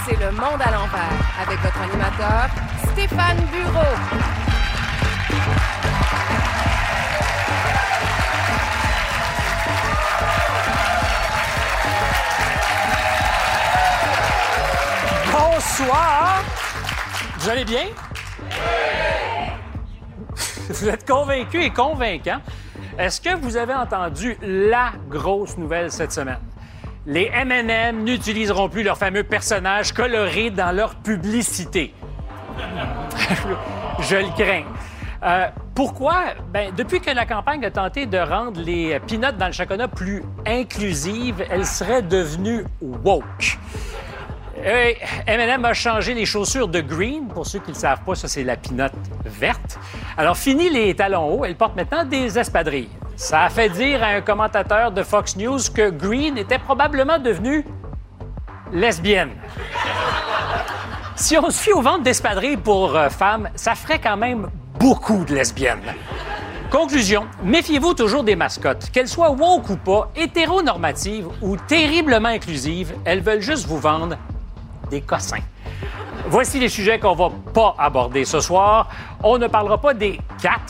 C'est le monde à l'envers avec votre animateur, Stéphane Bureau. Bonsoir! Vous allez bien? Vous êtes convaincus et convaincants. Est-ce que vous avez entendu la grosse nouvelle cette semaine? Les M&M n'utiliseront plus leurs fameux personnages colorés dans leur publicité. Je le crains. Pourquoi? Depuis que la campagne a tenté de rendre les peanuts dans le chocolat plus inclusives, elle serait devenue woke. M&M a changé les chaussures de green. Pour ceux qui ne le savent pas, ça, c'est la peanut verte. Alors, fini les talons hauts. Elle porte maintenant des espadrilles. Ça a fait dire à un commentateur de Fox News que Green était probablement devenue lesbienne. Si on se fie aux ventes d'espadrilles pour femmes, ça ferait quand même beaucoup de lesbiennes. Conclusion, méfiez-vous toujours des mascottes. Qu'elles soient woke ou pas, hétéronormatives ou terriblement inclusives, elles veulent juste vous vendre des cossins. Voici les sujets qu'on va pas aborder ce soir. On ne parlera pas des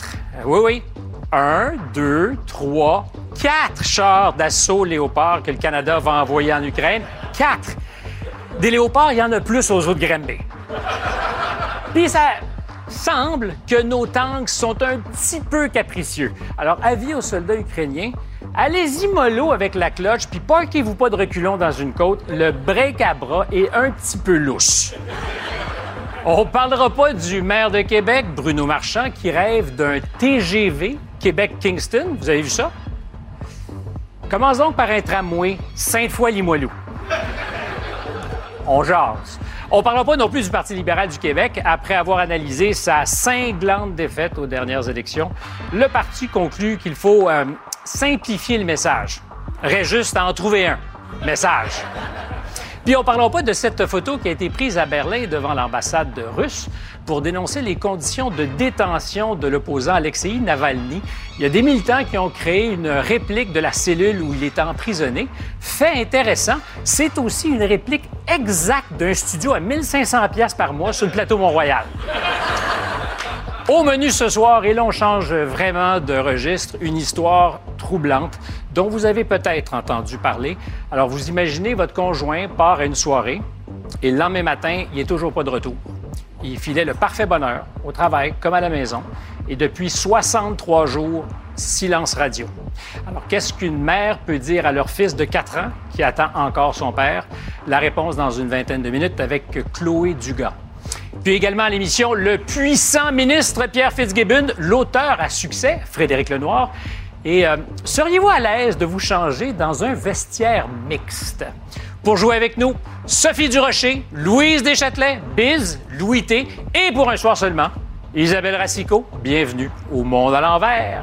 1, 2, 3, 4 chars d'assaut léopard que le Canada va envoyer en Ukraine. 4! Des léopards, il y en a plus aux eaux de Granby. Puis ça semble que nos tanks sont un petit peu capricieux. Alors, avis aux soldats ukrainiens, allez-y mollo avec la cloche, puis parquez-vous pas de reculons dans une côte. Le break à bras est un petit peu louche. On parlera pas du maire de Québec, Bruno Marchand, qui rêve d'un TGV Québec-Kingston. Vous avez vu ça? Commençons donc par un tramway Sainte-Foy-Limoilou. On jase. On ne parlera pas non plus du Parti libéral du Québec. Après avoir analysé sa cinglante défaite aux dernières élections, le parti conclut qu'il faut simplifier le message. Reste juste à en trouver un. Message. Puis on ne parlera pas de cette photo qui a été prise à Berlin devant l'ambassade russe pour dénoncer les conditions de détention de l'opposant Alexeï Navalny. Il y a des militants qui ont créé une réplique de la cellule où il est emprisonné. Fait intéressant, c'est aussi une réplique exacte d'un studio à 1500 $ par mois sur le plateau Mont-Royal. Au menu ce soir, et là, on change vraiment de registre, une histoire troublante dont vous avez peut-être entendu parler. Alors, vous imaginez, votre conjoint part à une soirée et le lendemain matin, il n'est toujours pas de retour. Il filait le parfait bonheur, au travail comme à la maison. Et depuis 63 jours, silence radio. Alors, qu'est-ce qu'une mère peut dire à leur fils de 4 ans qui attend encore son père? La réponse dans une vingtaine de minutes avec Chloé Dugas. Puis également à l'émission, le puissant ministre Pierre Fitzgibbon, l'auteur à succès, Frédéric Lenoir. Et seriez-vous à l'aise de vous changer dans un vestiaire mixte? Pour jouer avec nous, Sophie Durocher, Louise Deschâtelet, Biz, Louis T. Et pour un soir seulement, Isabelle Racicot. Bienvenue au Monde à l'envers.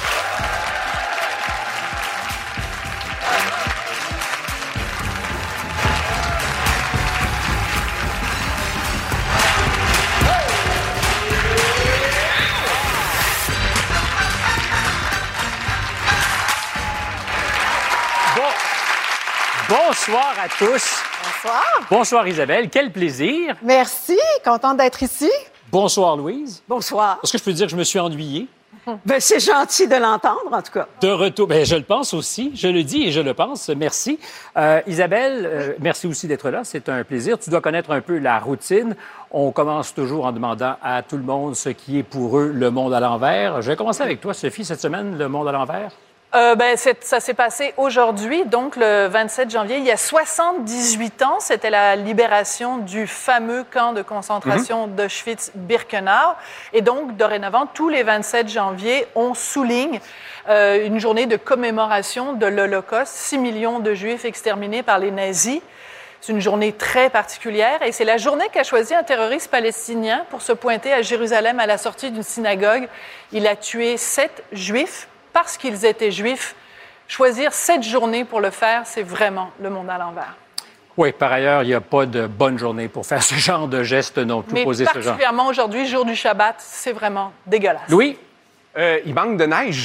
Bonsoir à tous. Bonsoir. Bonsoir Isabelle, quel plaisir. Merci, contente d'être ici. Bonsoir Louise. Bonsoir. Est-ce que je peux dire que je me suis ennuyé? Ben, c'est gentil de l'entendre, en tout cas. De retour, je le pense aussi, je le dis et je le pense, merci. Isabelle, merci aussi d'être là, c'est un plaisir. Tu dois connaître un peu la routine. On commence toujours en demandant à tout le monde ce qui est pour eux le monde à l'envers. Je vais commencer avec toi, Sophie, cette semaine, le monde à l'envers. Ça s'est passé aujourd'hui, donc le 27 janvier, il y a 78 ans. C'était la libération du fameux camp de concentration d'Auschwitz-Birkenau. Et donc, dorénavant, tous les 27 janvier, on souligne une journée de commémoration de l'Holocauste. 6 millions de Juifs exterminés par les nazis. C'est une journée très particulière et c'est la journée qu'a choisi un terroriste palestinien pour se pointer à Jérusalem à la sortie d'une synagogue. Il a tué 7 Juifs. Parce qu'ils étaient juifs, choisir cette journée pour le faire, c'est vraiment le monde à l'envers. Oui, par ailleurs, il n'y a pas de bonne journée pour faire ce genre de geste non plus. Mais particulièrement aujourd'hui, jour du Shabbat, c'est vraiment dégueulasse. Louis? Il manque de neige.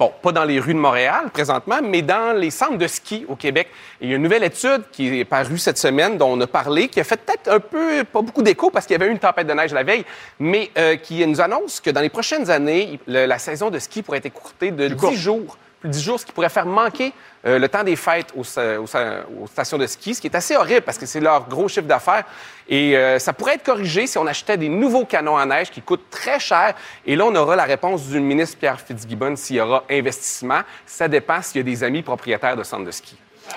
Bon, pas dans les rues de Montréal présentement, mais dans les centres de ski au Québec. Et il y a une nouvelle étude qui est parue cette semaine, dont on a parlé, qui a fait peut-être un peu, pas beaucoup d'écho parce qu'il y avait eu une tempête de neige la veille, mais qui nous annonce que dans les prochaines années, la saison de ski pourrait être écourtée de 10 jours. Plus de 10 jours, ce qui pourrait faire manquer le temps des fêtes aux stations de ski, ce qui est assez horrible parce que c'est leur gros chiffre d'affaires. Et ça pourrait être corrigé si on achetait des nouveaux canons à neige qui coûtent très cher. Et là, on aura la réponse du ministre Pierre Fitzgibbon s'il y aura investissement. Ça dépend s'il y a des amis propriétaires de centres de ski.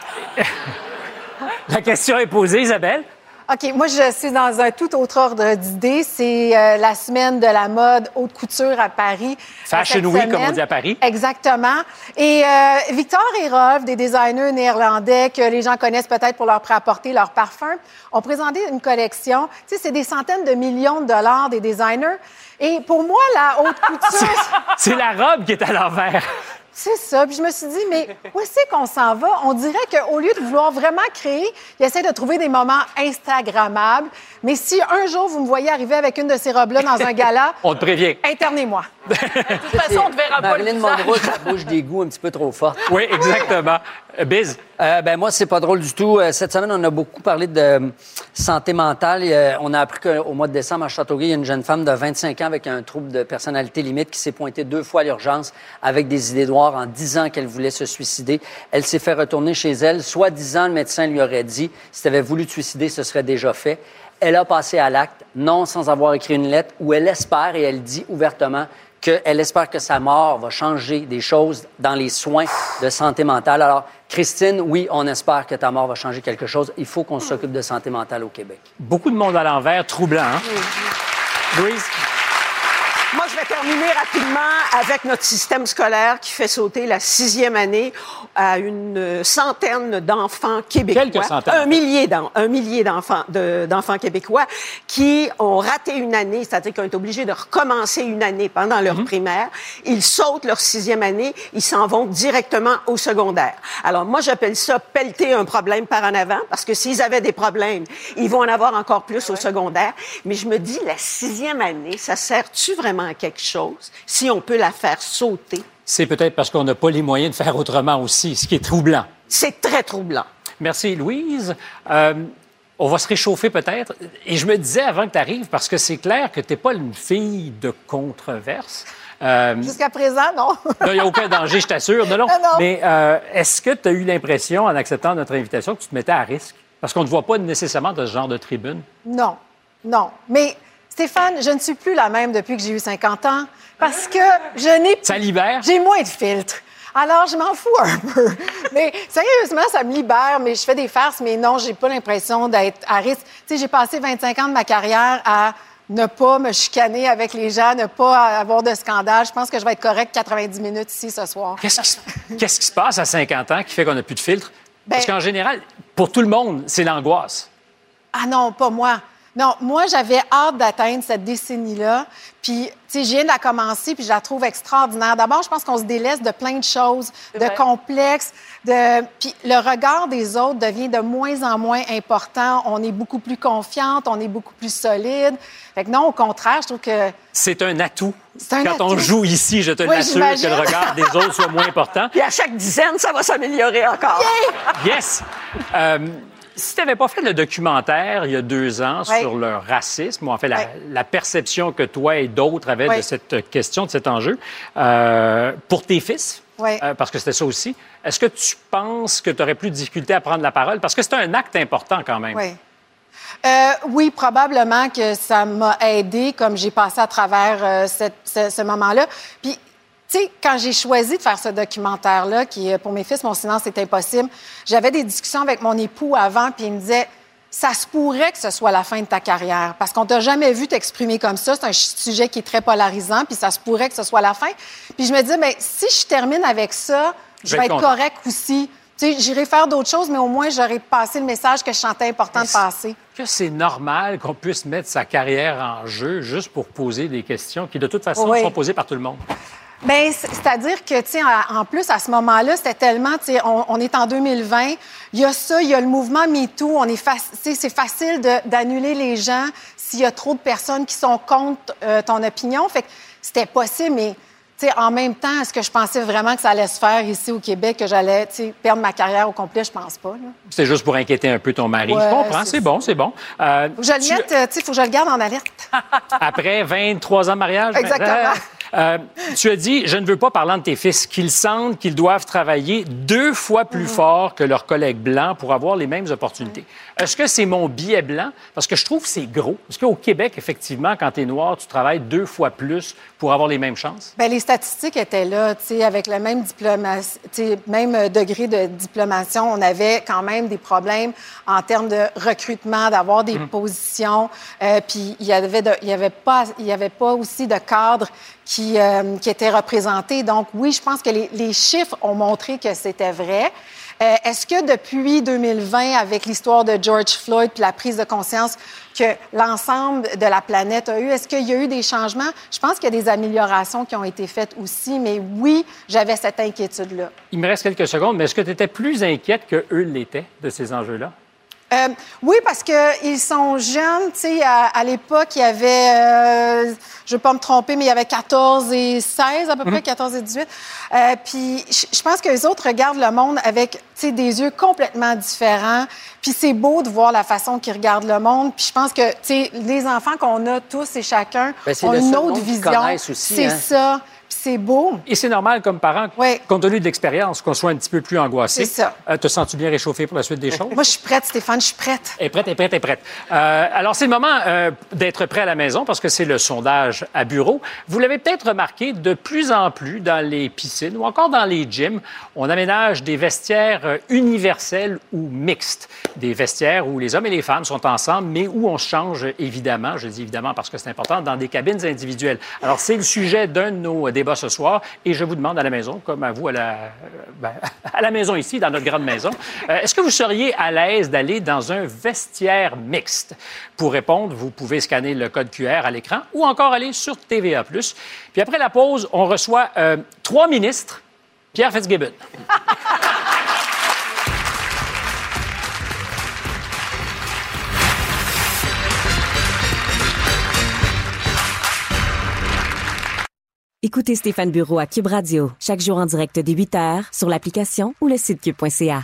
La question est posée, Isabelle. OK, moi, je suis dans un tout autre ordre d'idée. C'est la semaine de la mode haute couture à Paris. Fashion Week, comme on dit à Paris. Exactement. Et Victor et Rolf, des designers néerlandais que les gens connaissent peut-être pour leur prêt-à-porter, leur parfum, ont présenté une collection. Tu sais, c'est des centaines de millions de dollars des designers. Et pour moi, la haute couture... C'est la robe qui est à l'envers. C'est ça. Puis je me suis dit, mais où est-ce qu'on s'en va? On dirait qu'au lieu de vouloir vraiment créer, ils essaient de trouver des moments Instagrammables. Mais si un jour, vous me voyez arriver avec une de ces robes-là dans un gala... On te prévient. Internez-moi. De toute façon, on ne verra pas le Marilyn visage. Monroe, ça bouge des goûts un petit peu trop forts. Oui, exactement. Biz? Moi, c'est pas drôle du tout. Cette semaine, on a beaucoup parlé de santé mentale. On a appris qu'au mois de décembre, à Châteauguay, il y a une jeune femme de 25 ans avec un trouble de personnalité limite qui s'est pointée 2 fois à l'urgence avec des idées noires en disant qu'elle voulait se suicider. Elle s'est fait retourner chez elle. Soi-disant, le médecin lui aurait dit si tu avais voulu te suicider, ce serait déjà fait. Elle a passé à l'acte, non sans avoir écrit une lettre où elle espère et elle dit ouvertement qu'elle espère que sa mort va changer des choses dans les soins de santé mentale. Alors, Christine, oui, on espère que ta mort va changer quelque chose. Il faut qu'on s'occupe de santé mentale au Québec. Beaucoup de monde à l'envers, troublant, hein? Louise? Moi, je vais terminer rapidement avec notre système scolaire qui fait sauter la 6e année à une centaine d'enfants québécois. Quelques centaines. Un millier d'enfants québécois qui ont raté une année, c'est-à-dire qu'ils ont été obligés de recommencer une année pendant leur primaire. Ils sautent leur 6e année, ils s'en vont directement au secondaire. Alors, moi, j'appelle ça pelleter un problème par en avant, parce que s'ils avaient des problèmes, ils vont en avoir encore plus au secondaire. Mais je me dis, la 6e année, ça sert-tu vraiment à quelque chose si on peut la faire sauter? C'est peut-être parce qu'on n'a pas les moyens de faire autrement aussi, ce qui est troublant. C'est très troublant. Merci, Louise. On va se réchauffer peut-être. Et je me disais avant que tu arrives, parce que c'est clair que tu n'es pas une fille de controverse. Jusqu'à présent, non. Il n'y a aucun danger, je t'assure. Non. Non. Mais est-ce que tu as eu l'impression, en acceptant notre invitation, que tu te mettais à risque? Parce qu'on ne te voit pas nécessairement de ce genre de tribune. Non. Mais Stéphane, je ne suis plus la même depuis que j'ai eu 50 ans parce que je n'ai Ça libère? J'ai moins de filtres. Alors, je m'en fous un peu. Mais sérieusement, ça me libère, mais je fais des farces, mais non, j'ai pas l'impression d'être à risque. Tu sais, j'ai passé 25 ans de ma carrière à ne pas me chicaner avec les gens, ne pas avoir de scandale. Je pense que je vais être correcte 90 minutes ici ce soir. Qu'est-ce qui se passe à 50 ans qui fait qu'on n'a plus de filtre? Parce Ben- qu'en général, pour tout le monde, c'est l'angoisse. Ah non, pas moi. Non, moi, j'avais hâte d'atteindre cette décennie-là. Puis, tu sais, je viens de la commencer, puis je la trouve extraordinaire. D'abord, je pense qu'on se délaisse de plein de choses, C'est de vrai. complexes, puis le regard des autres devient de moins en moins important. On est beaucoup plus confiante, on est beaucoup plus solide. Fait que non, au contraire, je trouve que... C'est un atout. C'est un Quand on atout. joue ici, je te Oui, l'assure, j'imagine. que le regard des autres soit moins important. Puis à chaque dizaine, ça va s'améliorer encore. Yes! Si tu n'avais pas fait le documentaire il y a 2 ans Oui. sur le racisme, ou en fait Oui. la perception que toi et d'autres avaient Oui. de cette question, de cet enjeu, pour tes fils, Oui. parce que c'était ça aussi, est-ce que tu penses que tu aurais plus de difficulté à prendre la parole? Parce que c'est un acte important quand même. Oui. Oui, probablement que ça m'a aidé comme j'ai passé à travers ce moment-là. Puis, tu sais, quand j'ai choisi de faire ce documentaire-là, qui, pour mes fils, sinon, c'est impossible, j'avais des discussions avec mon époux avant, puis il me disait, ça se pourrait que ce soit la fin de ta carrière, parce qu'on t'a jamais vu t'exprimer comme ça. C'est un sujet qui est très polarisant, puis ça se pourrait que ce soit la fin. Puis je me disais, bien, si je termine avec ça, je vais être content. correct aussi. Tu sais, j'irai faire d'autres choses, mais au moins, j'aurai passé le message que je sentais important de passer. Que c'est normal qu'on puisse mettre sa carrière en jeu juste pour poser des questions qui, de toute façon, Oui. sont posées par tout le monde. Bien, c'est-à-dire que, tu sais, en plus, à ce moment-là, c'était tellement, tu sais, on est en 2020, il y a ça, il y a le mouvement MeToo, c'est facile d'annuler les gens s'il y a trop de personnes qui sont contre ton opinion. Fait que c'était possible, mais en même temps, est-ce que je pensais vraiment que ça allait se faire ici au Québec, que j'allais perdre ma carrière au complet? Je pense pas. C'est juste pour inquiéter un peu ton mari. Ouais, je comprends, c'est bon. Faut que je le mette, faut que je le garde en alerte. Après 23 ans de mariage? Exactement. Tu as dit, je ne veux pas, parlant de tes fils, qu'ils sentent qu'ils doivent travailler 2 fois plus fort que leurs collègues blancs pour avoir les mêmes opportunités. Est-ce que c'est mon biais blanc? Parce que je trouve que c'est gros. Est-ce qu'au Québec, effectivement, quand tu es noir, tu travailles 2 fois plus pour avoir les mêmes chances? Bien, les statistiques étaient là, avec le même même degré de diplomation. On avait quand même des problèmes en termes de recrutement, d'avoir des positions. Puis il y avait pas aussi de cadres qui étaient représentés. Donc oui, je pense que les chiffres ont montré que c'était vrai. Est-ce que depuis 2020, avec l'histoire de George Floyd puis la prise de conscience que l'ensemble de la planète a eu, est-ce qu'il y a eu des changements? Je pense qu'il y a des améliorations qui ont été faites aussi, mais oui, j'avais cette inquiétude-là. Il me reste quelques secondes, mais est-ce que tu étais plus inquiète qu'eux l'étaient de ces enjeux-là? Oui, parce qu'ils sont jeunes. Tu sais, à l'époque, il y avait, je ne veux pas me tromper, mais il y avait 14 et 16 à peu près, 14 et 18. Puis je pense que les autres regardent le monde avec des yeux complètement différents. Puis c'est beau de voir la façon qu'ils regardent le monde. Puis je pense que les enfants qu'on a tous et chacun ont une autre vision. C'est ça. Puis c'est beau. Et c'est normal comme parent, compte tenu de l'expérience, qu'on soit un petit peu plus angoissé. C'est ça. Te sens-tu bien réchauffé pour la suite des choses? Moi, je suis prête, Stéphane, je suis prête. Elle est prête. Alors, c'est le moment d'être prêt à la maison parce que c'est le sondage à bureau. Vous l'avez peut-être remarqué, de plus en plus dans les piscines ou encore dans les gyms, on aménage des vestiaires universels ou mixtes. Des vestiaires où les hommes et les femmes sont ensemble, mais où on se change évidemment, je dis évidemment parce que c'est important, dans des cabines individuelles. Alors, c'est le sujet d'un de nos débats ce soir et je vous demande à la maison, comme à vous à la maison ici, dans notre grande maison, est-ce que vous seriez à l'aise d'aller dans un vestiaire mixte? Pour répondre, vous pouvez scanner le code QR à l'écran ou encore aller sur TVA+. Puis après la pause, on reçoit 3 ministres. Pierre Fitzgibbon. Écoutez Stéphane Bureau à Cube Radio, chaque jour en direct dès 8h sur l'application ou le site cube.ca.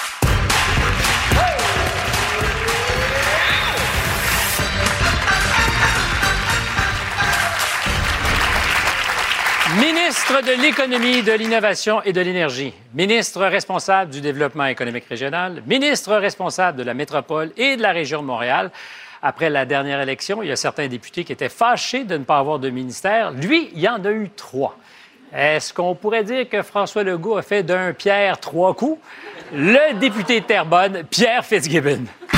Ministre de l'Économie, de l'Innovation et de l'Énergie, ministre responsable du Développement économique régional, ministre responsable de la métropole et de la région de Montréal. Après la dernière élection, il y a certains députés qui étaient fâchés de ne pas avoir de ministère. Lui, il y en a eu 3. Est-ce qu'on pourrait dire que François Legault a fait d'un Pierre 3 coups? Le député de Terrebonne, Pierre Fitzgibbon.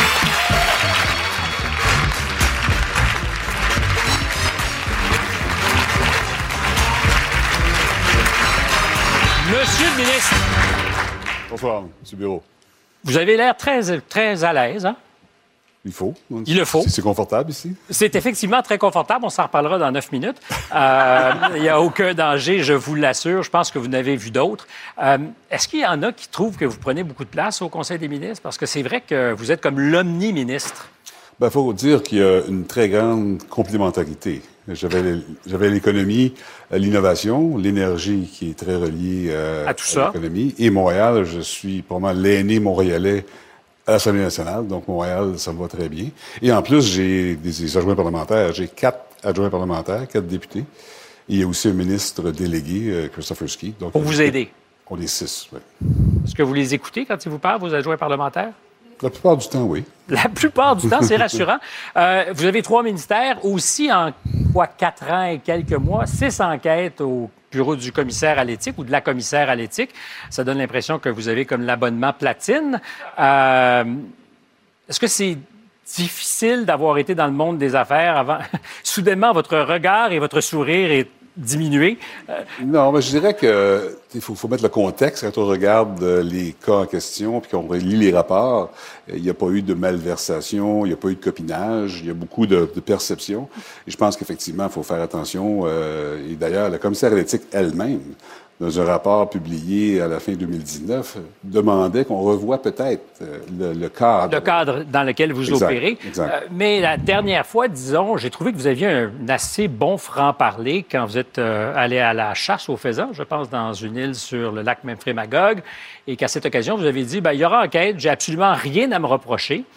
Monsieur le ministre. Bonsoir, M. Bureau. Vous avez l'air très à l'aise, hein? Il faut. Il le faut. C'est confortable ici? C'est effectivement très confortable. On s'en reparlera dans 9 minutes. Il n'y a aucun danger, je vous l'assure. Je pense que vous en avez vu d'autres. Est-ce qu'il y en a qui trouvent que vous prenez beaucoup de place au Conseil des ministres? Parce que c'est vrai que vous êtes comme l'omni-ministre. Il faut dire qu'il y a une très grande complémentarité. J'avais l'économie, l'innovation, l'énergie qui est très reliée à l'économie. Et Montréal, je suis probablement l'aîné montréalais à l'Assemblée nationale, donc Montréal, ça me va très bien. Et en plus, j'ai des adjoints parlementaires. J'ai 4 adjoints parlementaires, 4 députés. Et il y a aussi un ministre délégué, Christopher Ski. Donc, pour vous aider? On est 6, oui. Est-ce que vous les écoutez quand ils vous parlent, vos adjoints parlementaires? La plupart du temps, oui. La plupart du temps, c'est rassurant. Vous avez 3 ministères, aussi en 4 ans et quelques mois, 6 enquêtes au bureau du commissaire à l'éthique ou de la commissaire à l'éthique. Ça donne l'impression que vous avez comme l'abonnement platine. Est-ce que c'est difficile d'avoir été dans le monde des affaires avant? Soudainement, votre regard et votre sourire est diminué? Non, mais je dirais que il faut mettre le contexte. Quand on regarde les cas en question puis qu'on lit les rapports, il n'y a pas eu de malversation, il n'y a pas eu de copinage, il y a beaucoup de perceptions. Et je pense qu'effectivement, il faut faire attention. Et d'ailleurs, la commissaire à l'éthique elle-même dans un rapport publié à la fin 2019, demandait qu'on revoie peut-être le cadre. Le cadre dans lequel vous opérez. Exact. Mais la dernière fois, disons, j'ai trouvé que vous aviez un assez bon franc-parler quand vous êtes allé à la chasse aux faisans, je pense, dans une île sur le lac Memphremagog, et qu'à cette occasion, vous avez dit, il y aura enquête, j'ai absolument rien à me reprocher.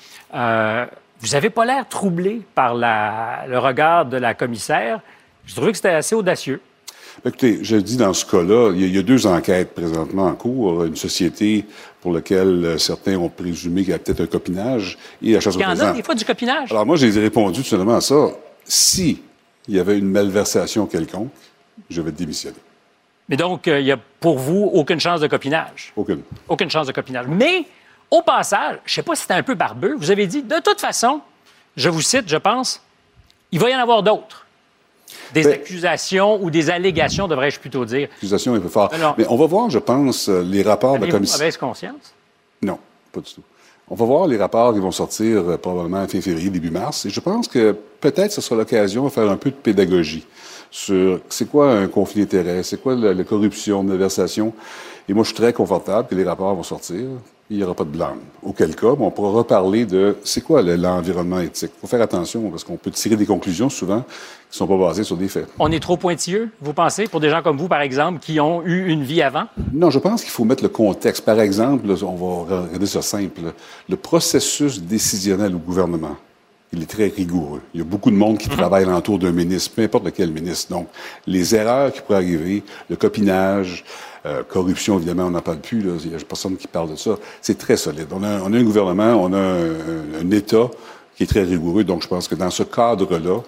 Vous n'avez pas l'air troublé par le regard de la commissaire. J'ai trouvé que c'était assez audacieux. Écoutez, je dis dans ce cas-là, il y a 2 enquêtes présentement en cours. Une société pour laquelle certains ont présumé qu'il y a peut-être un copinage et la chasse aux faisans. Il y en a des fois du copinage. Alors moi, j'ai répondu tout simplement à ça. Si il y avait une malversation quelconque, je vais démissionner. Mais donc, il n'y a pour vous aucune chance de copinage? Aucune. Aucune chance de copinage. Mais, au passage, je ne sais pas si c'était un peu barbeux, vous avez dit, de toute façon, je vous cite, je pense, il va y en avoir d'autres. Des accusations ou des allégations, devrais-je plutôt dire. Accusation est un peu fort. Mais on va voir, je pense, les rapports de la commission. Avez-vous mauvaise conscience? Non, pas du tout. On va voir les rapports qui vont sortir probablement fin février, début mars. Et je pense que peut-être ce sera l'occasion de faire un peu de pédagogie sur c'est quoi un conflit d'intérêts, c'est quoi la corruption, la malversation. Et moi, je suis très confortable que les rapports vont sortir. Il n'y aura pas de blâme. Auquel cas, on pourra reparler de c'est quoi l'environnement éthique. Il faut faire attention parce qu'on peut tirer des conclusions souvent qui ne sont pas basées sur des faits. On est trop pointilleux, vous pensez, pour des gens comme vous, par exemple, qui ont eu une vie avant? Non, je pense qu'il faut mettre le contexte. Par exemple, on va regarder ça simple. Le processus décisionnel au gouvernement, il est très rigoureux. Il y a beaucoup de monde qui travaille alentour d'un ministre, peu importe lequel ministre. Donc, les erreurs qui pourraient arriver, le copinage, corruption, évidemment, on n'en parle plus. Là. Il n'y a personne qui parle de ça. C'est très solide. On a un gouvernement, on a un État qui est très rigoureux. Donc, je pense que dans ce cadre-là,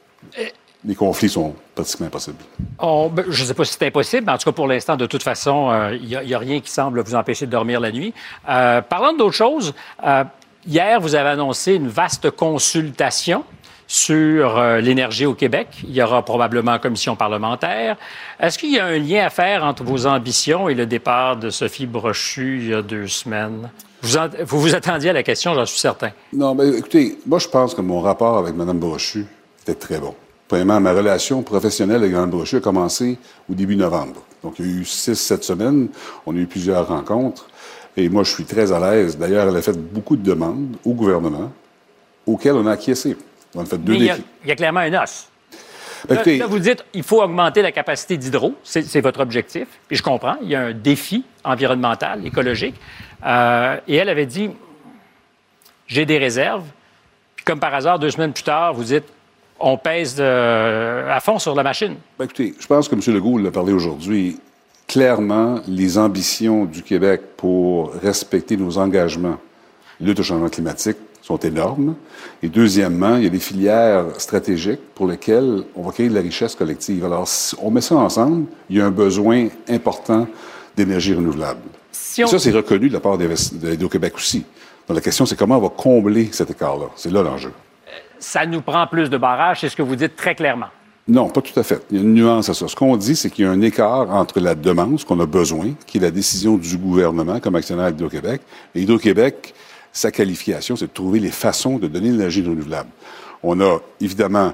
les conflits sont pratiquement impossibles. Je ne sais pas si c'est impossible, mais en tout cas, pour l'instant, de toute façon, il n'y a rien qui semble vous empêcher de dormir la nuit. Parlant d'autres choses, hier, vous avez annoncé une vaste consultation sur l'énergie au Québec. Il y aura probablement une commission parlementaire. Est-ce qu'il y a un lien à faire entre vos ambitions et le départ de Sophie Brochu il y a 2 semaines? Vous vous attendiez à la question, j'en suis certain. Non, mais écoutez, moi, je pense que mon rapport avec Mme Brochu était très bon. Premièrement, ma relation professionnelle avec Mme Brochu a commencé au début novembre. Donc, il y a eu 6-7 semaines. On a eu plusieurs rencontres. Et moi, je suis très à l'aise. D'ailleurs, elle a fait beaucoup de demandes au gouvernement auxquelles on a acquiescé. On a fait 2 défis. Il y a clairement un os. Là, vous dites il faut augmenter la capacité d'hydro. C'est votre objectif. Et je comprends. Il y a un défi environnemental, écologique. Et elle avait dit j'ai des réserves. Puis comme par hasard, 2 semaines plus tard, vous dites on pèse à fond sur la machine. Écoutez, je pense que M. Legault l'a parlé aujourd'hui. Clairement, les ambitions du Québec pour respecter nos engagements, lutte au changement climatique, sont énormes. Et deuxièmement, il y a des filières stratégiques pour lesquelles on va créer de la richesse collective. Alors, si on met ça ensemble, il y a un besoin important d'énergie renouvelable. Et ça, c'est reconnu de la part d'Hydro-Québec aussi. Donc, la question, c'est comment on va combler cet écart-là. C'est là l'enjeu. Ça nous prend plus de barrages, c'est ce que vous dites très clairement. Non, pas tout à fait. Il y a une nuance à ça. Ce qu'on dit, c'est qu'il y a un écart entre la demande, ce qu'on a besoin, qui est la décision du gouvernement comme actionnaire d'Hydro-Québec, et Hydro-Québec, sa qualification, c'est de trouver les façons de donner de l'énergie renouvelable. On a évidemment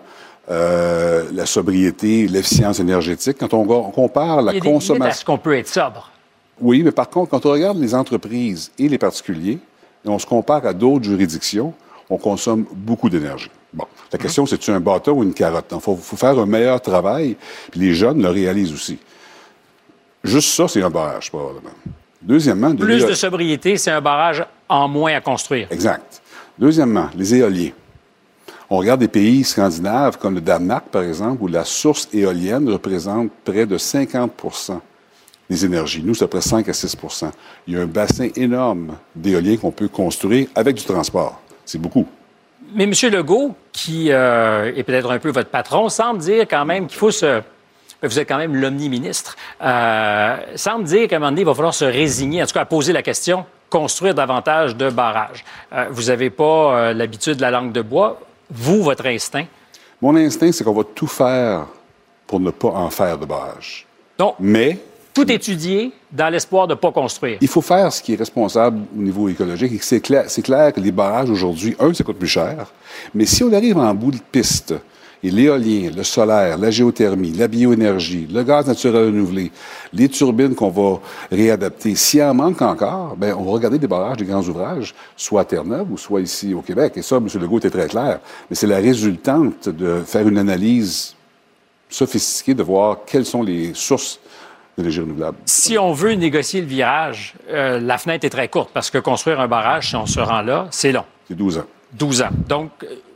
la sobriété, l'efficience énergétique. Quand on compare la consommation... Est-ce qu'on peut être sobre? Oui, mais par contre, quand on regarde les entreprises et les particuliers, et on se compare à d'autres juridictions, on consomme beaucoup d'énergie. Bon, la question, c'est-tu un bâton ou une carotte? Il faut faire un meilleur travail, puis les jeunes le réalisent aussi. Juste ça, c'est un barrage, probablement. Deuxièmement... Plus de sobriété, c'est un barrage en moins à construire. Exact. Deuxièmement, les éoliens. On regarde des pays scandinaves, comme le Danemark, par exemple, où la source éolienne représente près de 50 des énergies. Nous, c'est à peu près 5 à 6 Il y a un bassin énorme d'éoliens qu'on peut construire avec du transport. C'est beaucoup. Mais M. Legault, qui est peut-être un peu votre patron, semble dire quand même qu'il faut se... Vous êtes quand même l'omni-ministre. Semble dire qu'à un moment donné, il va falloir se résigner, en tout cas à poser la question, construire davantage de barrages. Vous n'avez pas l'habitude de la langue de bois. Vous, votre instinct? Mon instinct, c'est qu'on va tout faire pour ne pas en faire de barrages. Donc, mais... Tout étudier dans l'espoir de ne pas construire. Il faut faire ce qui est responsable au niveau écologique. Et c'est clair que les barrages aujourd'hui, ça coûte plus cher. Mais si on arrive en bout de piste Et l'éolien, le solaire, la géothermie, la bioénergie, le gaz naturel renouvelé, les turbines qu'on va réadapter, s'il en manque encore, bien, on va regarder des barrages, des grands ouvrages, soit à Terre-Neuve ou soit ici au Québec. Et ça, M. Legault était très clair. Mais c'est la résultante de faire une analyse sophistiquée de voir quelles sont les sources d'énergie renouvelable. Si on veut négocier le virage, la fenêtre est très courte parce que construire un barrage, si on se rend là, c'est long. C'est 12 ans. 12 ans. Donc,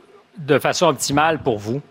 de façon optimale pour vous,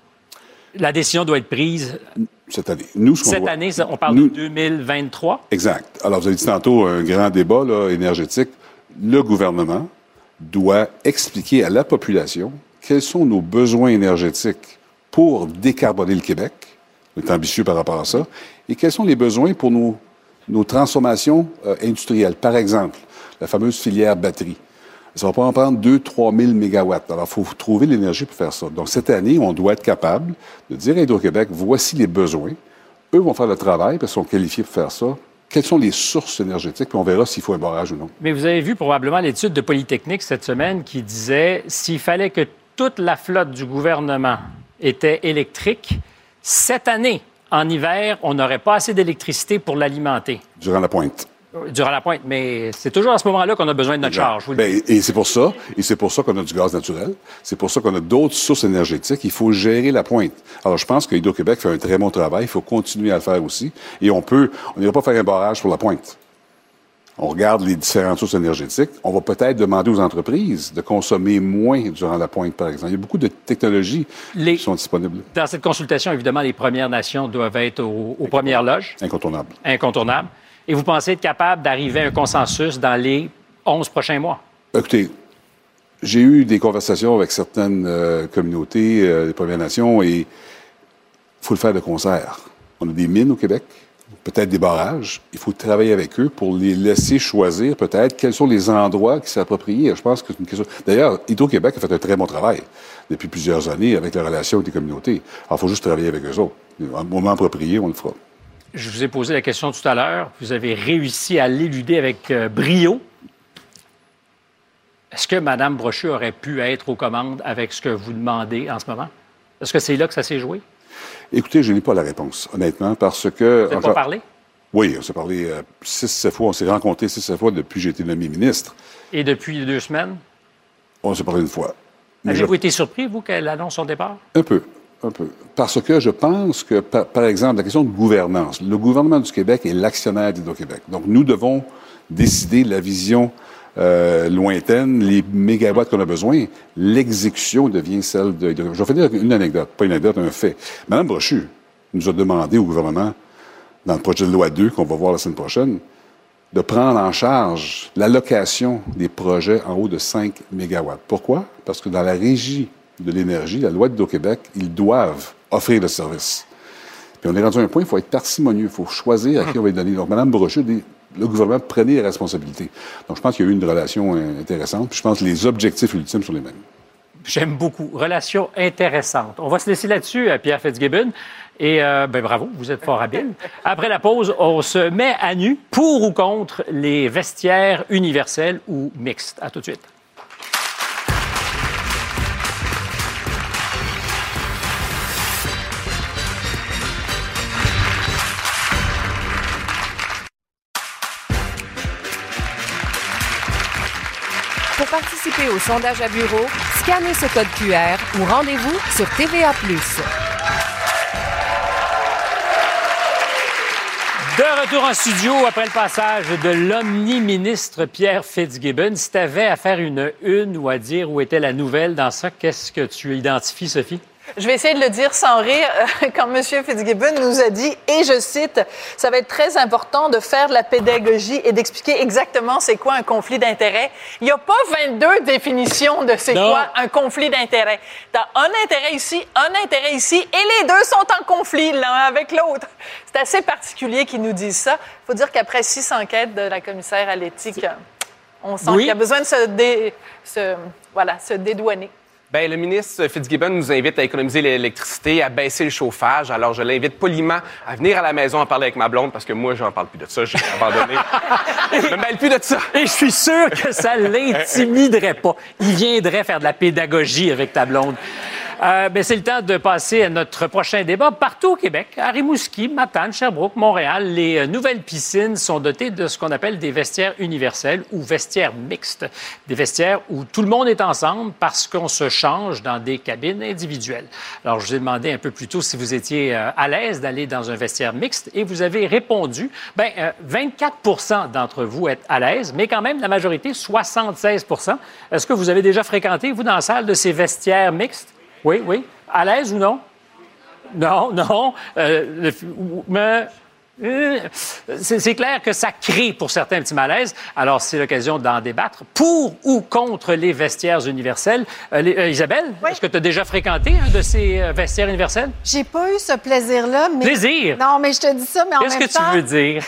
la décision doit être prise cette année. Cette année, on parle de 2023? Exact. Alors, vous avez dit tantôt un grand débat là, énergétique. Le gouvernement doit expliquer à la population quels sont nos besoins énergétiques pour décarboner le Québec. On est ambitieux par rapport à ça. Et quels sont les besoins pour nos transformations industrielles? Par exemple, la fameuse filière batterie. Ça va pas en prendre 2-3 000 mégawatts. Alors, il faut trouver l'énergie pour faire ça. Donc, cette année, on doit être capable de dire à Hydro-Québec, voici les besoins. Eux vont faire le travail parce qu'ils sont qualifiés pour faire ça. Quelles sont les sources énergétiques? Puis on verra s'il faut un barrage ou non. Mais vous avez vu probablement l'étude de Polytechnique cette semaine qui disait s'il fallait que toute la flotte du gouvernement était électrique, cette année, en hiver, on n'aurait pas assez d'électricité pour l'alimenter. Durant la pointe. Durant la pointe, mais c'est toujours à ce moment-là qu'on a besoin de notre charge. Et c'est pour ça qu'on a du gaz naturel. C'est pour ça qu'on a d'autres sources énergétiques. Il faut gérer la pointe. Alors, je pense que Hydro-Québec fait un très bon travail. Il faut continuer à le faire aussi. Et on n'ira pas faire un barrage pour la pointe. On regarde les différentes sources énergétiques. On va peut-être demander aux entreprises de consommer moins durant la pointe, par exemple. Il y a beaucoup de technologies qui sont disponibles. Dans cette consultation, évidemment, les Premières Nations doivent être aux premières loges. Incontournable. Incontournable. Et vous pensez être capable d'arriver à un consensus dans les 11 prochains mois? Écoutez, j'ai eu des conversations avec certaines communautés des Premières Nations et il faut le faire de concert. On a des mines au Québec, peut-être des barrages. Il faut travailler avec eux pour les laisser choisir peut-être quels sont les endroits qui s'approprient. Je pense que c'est une question... D'ailleurs, Hydro-Québec a fait un très bon travail depuis plusieurs années avec la relation avec les communautés. Alors, il faut juste travailler avec eux autres. Au moment approprié, on le fera. Je vous ai posé la question tout à l'heure. Vous avez réussi à l'éluder avec brio. Est-ce que Mme Brochu aurait pu être aux commandes avec ce que vous demandez en ce moment? Est-ce que c'est là que ça s'est joué? Écoutez, je n'ai pas la réponse, honnêtement, parce que... Vous n'avez pas parlé? Oui, on s'est parlé 6-7 fois. On s'est rencontrés 6-7 fois depuis que j'ai été nommé ministre. Et depuis 2 semaines? On s'est parlé une fois. Avez-vous été surpris, vous, qu'elle annonce son départ? Un peu. Parce que je pense que, par exemple, la question de gouvernance, le gouvernement du Québec est l'actionnaire d'Hydro-Québec. Donc, nous devons décider la vision lointaine, les mégawatts qu'on a besoin. L'exécution devient celle de Hydro-Québec. Je vais finir avec une anecdote, pas une anecdote, un fait. Mme Brochu nous a demandé au gouvernement, dans le projet de loi 2 qu'on va voir la semaine prochaine, de prendre en charge l'allocation des projets en haut de 5 mégawatts. Pourquoi? Parce que dans la régie de l'énergie, la loi d'Hydro-Québec, ils doivent offrir le service. Puis on est rendu à un point, il faut être parcimonieux, il faut choisir à qui on va le donner. Donc, Mme Brochu, le gouvernement prenait les responsabilités. Donc, je pense qu'il y a eu une relation intéressante, puis je pense que les objectifs ultimes sont les mêmes. J'aime beaucoup. Relation intéressante. On va se laisser là-dessus, Pierre Fitzgibbon. Et bravo, vous êtes fort habile. Après la pause, on se met à nu pour ou contre les vestiaires universels ou mixtes. À tout de suite. Pour participer au sondage à bureau, scannez ce code QR ou rendez-vous sur TVA+. De retour en studio après le passage de l'omni-ministre Pierre Fitzgibbon. Si tu avais à faire une ou à dire où était la nouvelle dans ça, qu'est-ce que tu identifies, Sophie? Je vais essayer de le dire sans rire quand M. Fitzgibbon nous a dit, et je cite, « Ça va être très important de faire de la pédagogie et d'expliquer exactement c'est quoi un conflit d'intérêts. » Il n'y a pas 22 définitions de c'est quoi un conflit d'intérêts. Tu as un intérêt ici, et les deux sont en conflit l'un avec l'autre. C'est assez particulier qu'ils nous disent ça. Il faut dire qu'après 6 enquêtes de la commissaire à l'éthique, on sent qu'il y a besoin de se dédouaner. Bien, le ministre Fitzgibbon nous invite à économiser l'électricité, à baisser le chauffage. Alors, je l'invite poliment à venir à la maison en parler avec ma blonde parce que moi, j'en parle plus de ça. J'ai abandonné. Je me mêle plus de ça. Et je suis sûr que ça l'intimiderait pas. Il viendrait faire de la pédagogie avec ta blonde. C'est le temps de passer à notre prochain débat. Partout au Québec, à Rimouski, Matane, Sherbrooke, Montréal, les nouvelles piscines sont dotées de ce qu'on appelle des vestiaires universels ou vestiaires mixtes. Des vestiaires où tout le monde est ensemble parce qu'on se change dans des cabines individuelles. Alors, je vous ai demandé un peu plus tôt si vous étiez à l'aise d'aller dans un vestiaire mixte et vous avez répondu, 24 d'entre vous êtes à l'aise, mais quand même, la majorité, 76 %. Est-ce que vous avez déjà fréquenté, vous, dans la salle de ces vestiaires mixtes? Oui, oui. À l'aise ou non? Non. C'est clair que ça crée pour certains un petit malaise. Alors, c'est l'occasion d'en débattre. Pour ou contre les vestiaires universels? Isabelle, oui. Est-ce que tu as déjà fréquenté un de ces vestiaires universels? J'ai pas eu ce plaisir-là, mais... Plaisir? Non, mais je te dis ça, mais en même temps... Qu'est-ce que tu veux dire?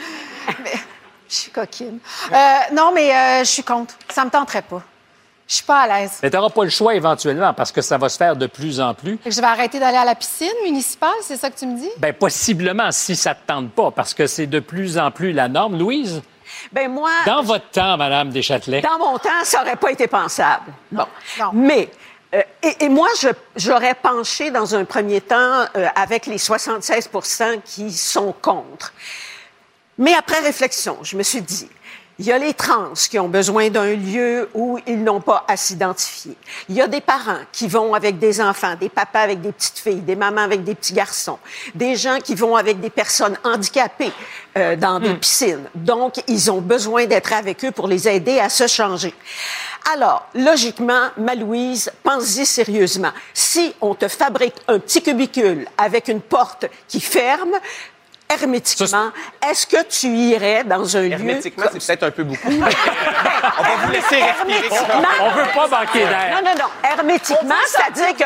Je suis coquine. Non, mais je suis contre. Ça me tenterait pas. Je suis pas à l'aise. Mais tu n'auras pas le choix éventuellement parce que ça va se faire de plus en plus. Je vais arrêter d'aller à la piscine municipale, c'est ça que tu me dis? Bien, possiblement, si ça ne te tente pas, parce que c'est de plus en plus la norme. Louise? Bien, moi... Dans votre temps, Madame Deschâtelet? Dans mon temps, ça n'aurait pas été pensable. Non. Mais... Et moi, j'aurais penché dans un premier temps avec les 76 % qui sont contre. Mais après réflexion, je me suis dit... Il y a les trans qui ont besoin d'un lieu où ils n'ont pas à s'identifier. Il y a des parents qui vont avec des enfants, des papas avec des petites filles, des mamans avec des petits garçons, des gens qui vont avec des personnes handicapées dans des piscines. Donc, ils ont besoin d'être avec eux pour les aider à se changer. Alors, logiquement, Louise, pense-y sérieusement. Si on te fabrique un petit cubicule avec une porte qui ferme, hermétiquement, est-ce que tu irais dans un lieu... Hermétiquement, c'est peut-être un peu beaucoup. On va vous laisser respirer. On veut pas manquer d'air. Non. Hermétiquement, c'est-à-dire que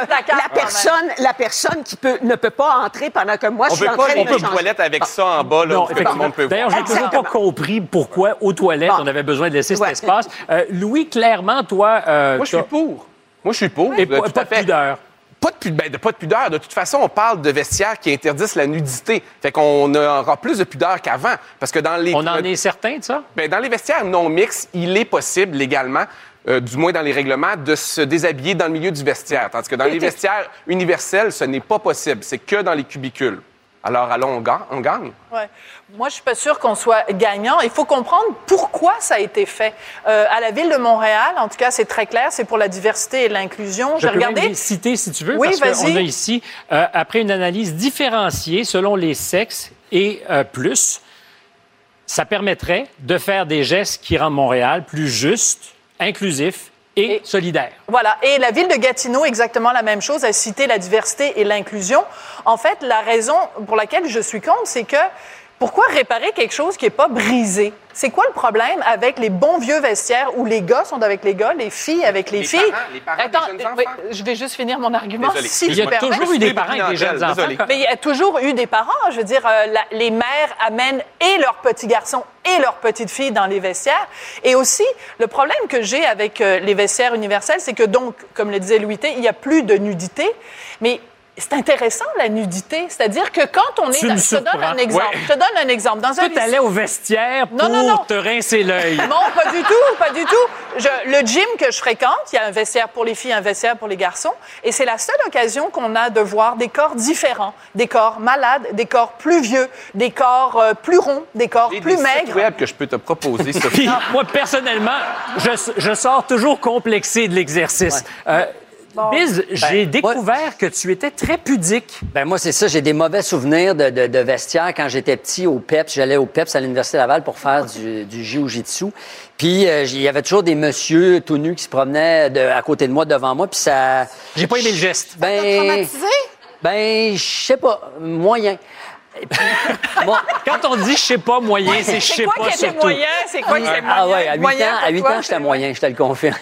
la personne qui ne peut pas entrer pendant que moi, je suis en train de me changer. On peut pas une toilette avec ça en bas, là, où tout le monde peut voir. D'ailleurs, je n'ai toujours pas compris pourquoi, aux toilettes, on avait besoin de laisser cet espace. Louis, clairement, toi... Moi, je suis pour. Et pas de pudeur. Pas de pudeur. De toute façon, on parle de vestiaires qui interdisent la nudité. Fait qu'on aura plus de pudeur qu'avant. Parce que dans les... On en est certain de ça? Dans les vestiaires non mixtes, il est possible légalement, du moins dans les règlements, de se déshabiller dans le milieu du vestiaire. Tandis que dans les vestiaires universels, ce n'est pas possible. C'est que dans les cubicules. Alors, allons, on gagne. Ouais. Moi, je suis pas sûre qu'on soit gagnant. Il faut comprendre pourquoi ça a été fait. À la Ville de Montréal, en tout cas, c'est très clair, c'est pour la diversité et l'inclusion. Je peux même les citer, si tu veux, parce qu'on a ici, après une analyse différenciée selon les sexes et plus, ça permettrait de faire des gestes qui rendent Montréal plus juste, inclusif et solidaire. Voilà. Et la Ville de Gatineau, exactement la même chose, a cité la diversité et l'inclusion. En fait, la raison pour laquelle je suis contre, c'est que pourquoi réparer quelque chose qui n'est pas brisé? C'est quoi le problème avec les bons vieux vestiaires où les gars sont avec les gars, les filles avec les filles? Les parents Attends, des jeunes enfants? je vais juste finir mon argument. Désolé. Il y a toujours eu des parents avec des jeunes enfants. Mais il y a toujours eu des parents. Je veux dire, les mères amènent et leurs petits garçons et leurs petites filles dans les vestiaires. Et aussi, le problème que j'ai avec les vestiaires universels, c'est que donc, comme le disait Louis T, il n'y a plus de nudité, mais c'est intéressant, la nudité. C'est-à-dire que quand on est... Je te donne un exemple. Ouais. Je te donne un exemple. Dans un tu allais au vestiaire pour te rincer l'œil. Non, pas du tout. Le gym que je fréquente, il y a un vestiaire pour les filles, un vestiaire pour les garçons. Et c'est la seule occasion qu'on a de voir des corps différents. Des corps malades, des corps plus vieux, des corps plus ronds, des corps plus maigres. Sites web que je peux te proposer, Sophie. Puis, moi, personnellement, je sors toujours complexé de l'exercice. Ouais. Biz, j'ai découvert que tu étais très pudique. Moi, c'est ça. J'ai des mauvais souvenirs de vestiaire. Quand j'étais petit, au PEPS, j'allais au PEPS à l'Université Laval pour faire du jiu-jitsu. Puis, il y avait toujours des messieurs tout nus qui se promenaient à côté de moi, devant moi. Puis ça... J'ai pas aimé le geste. Ça t'a traumatisé? Je sais pas. Moyen. Puis, quand on dit « je sais pas moyen », c'est « je sais pas » surtout. C'est quoi qui était moyen? C'est quoi qui était moyen? Ah ouais, à 8 ans, j'étais moyen, je te le confirme.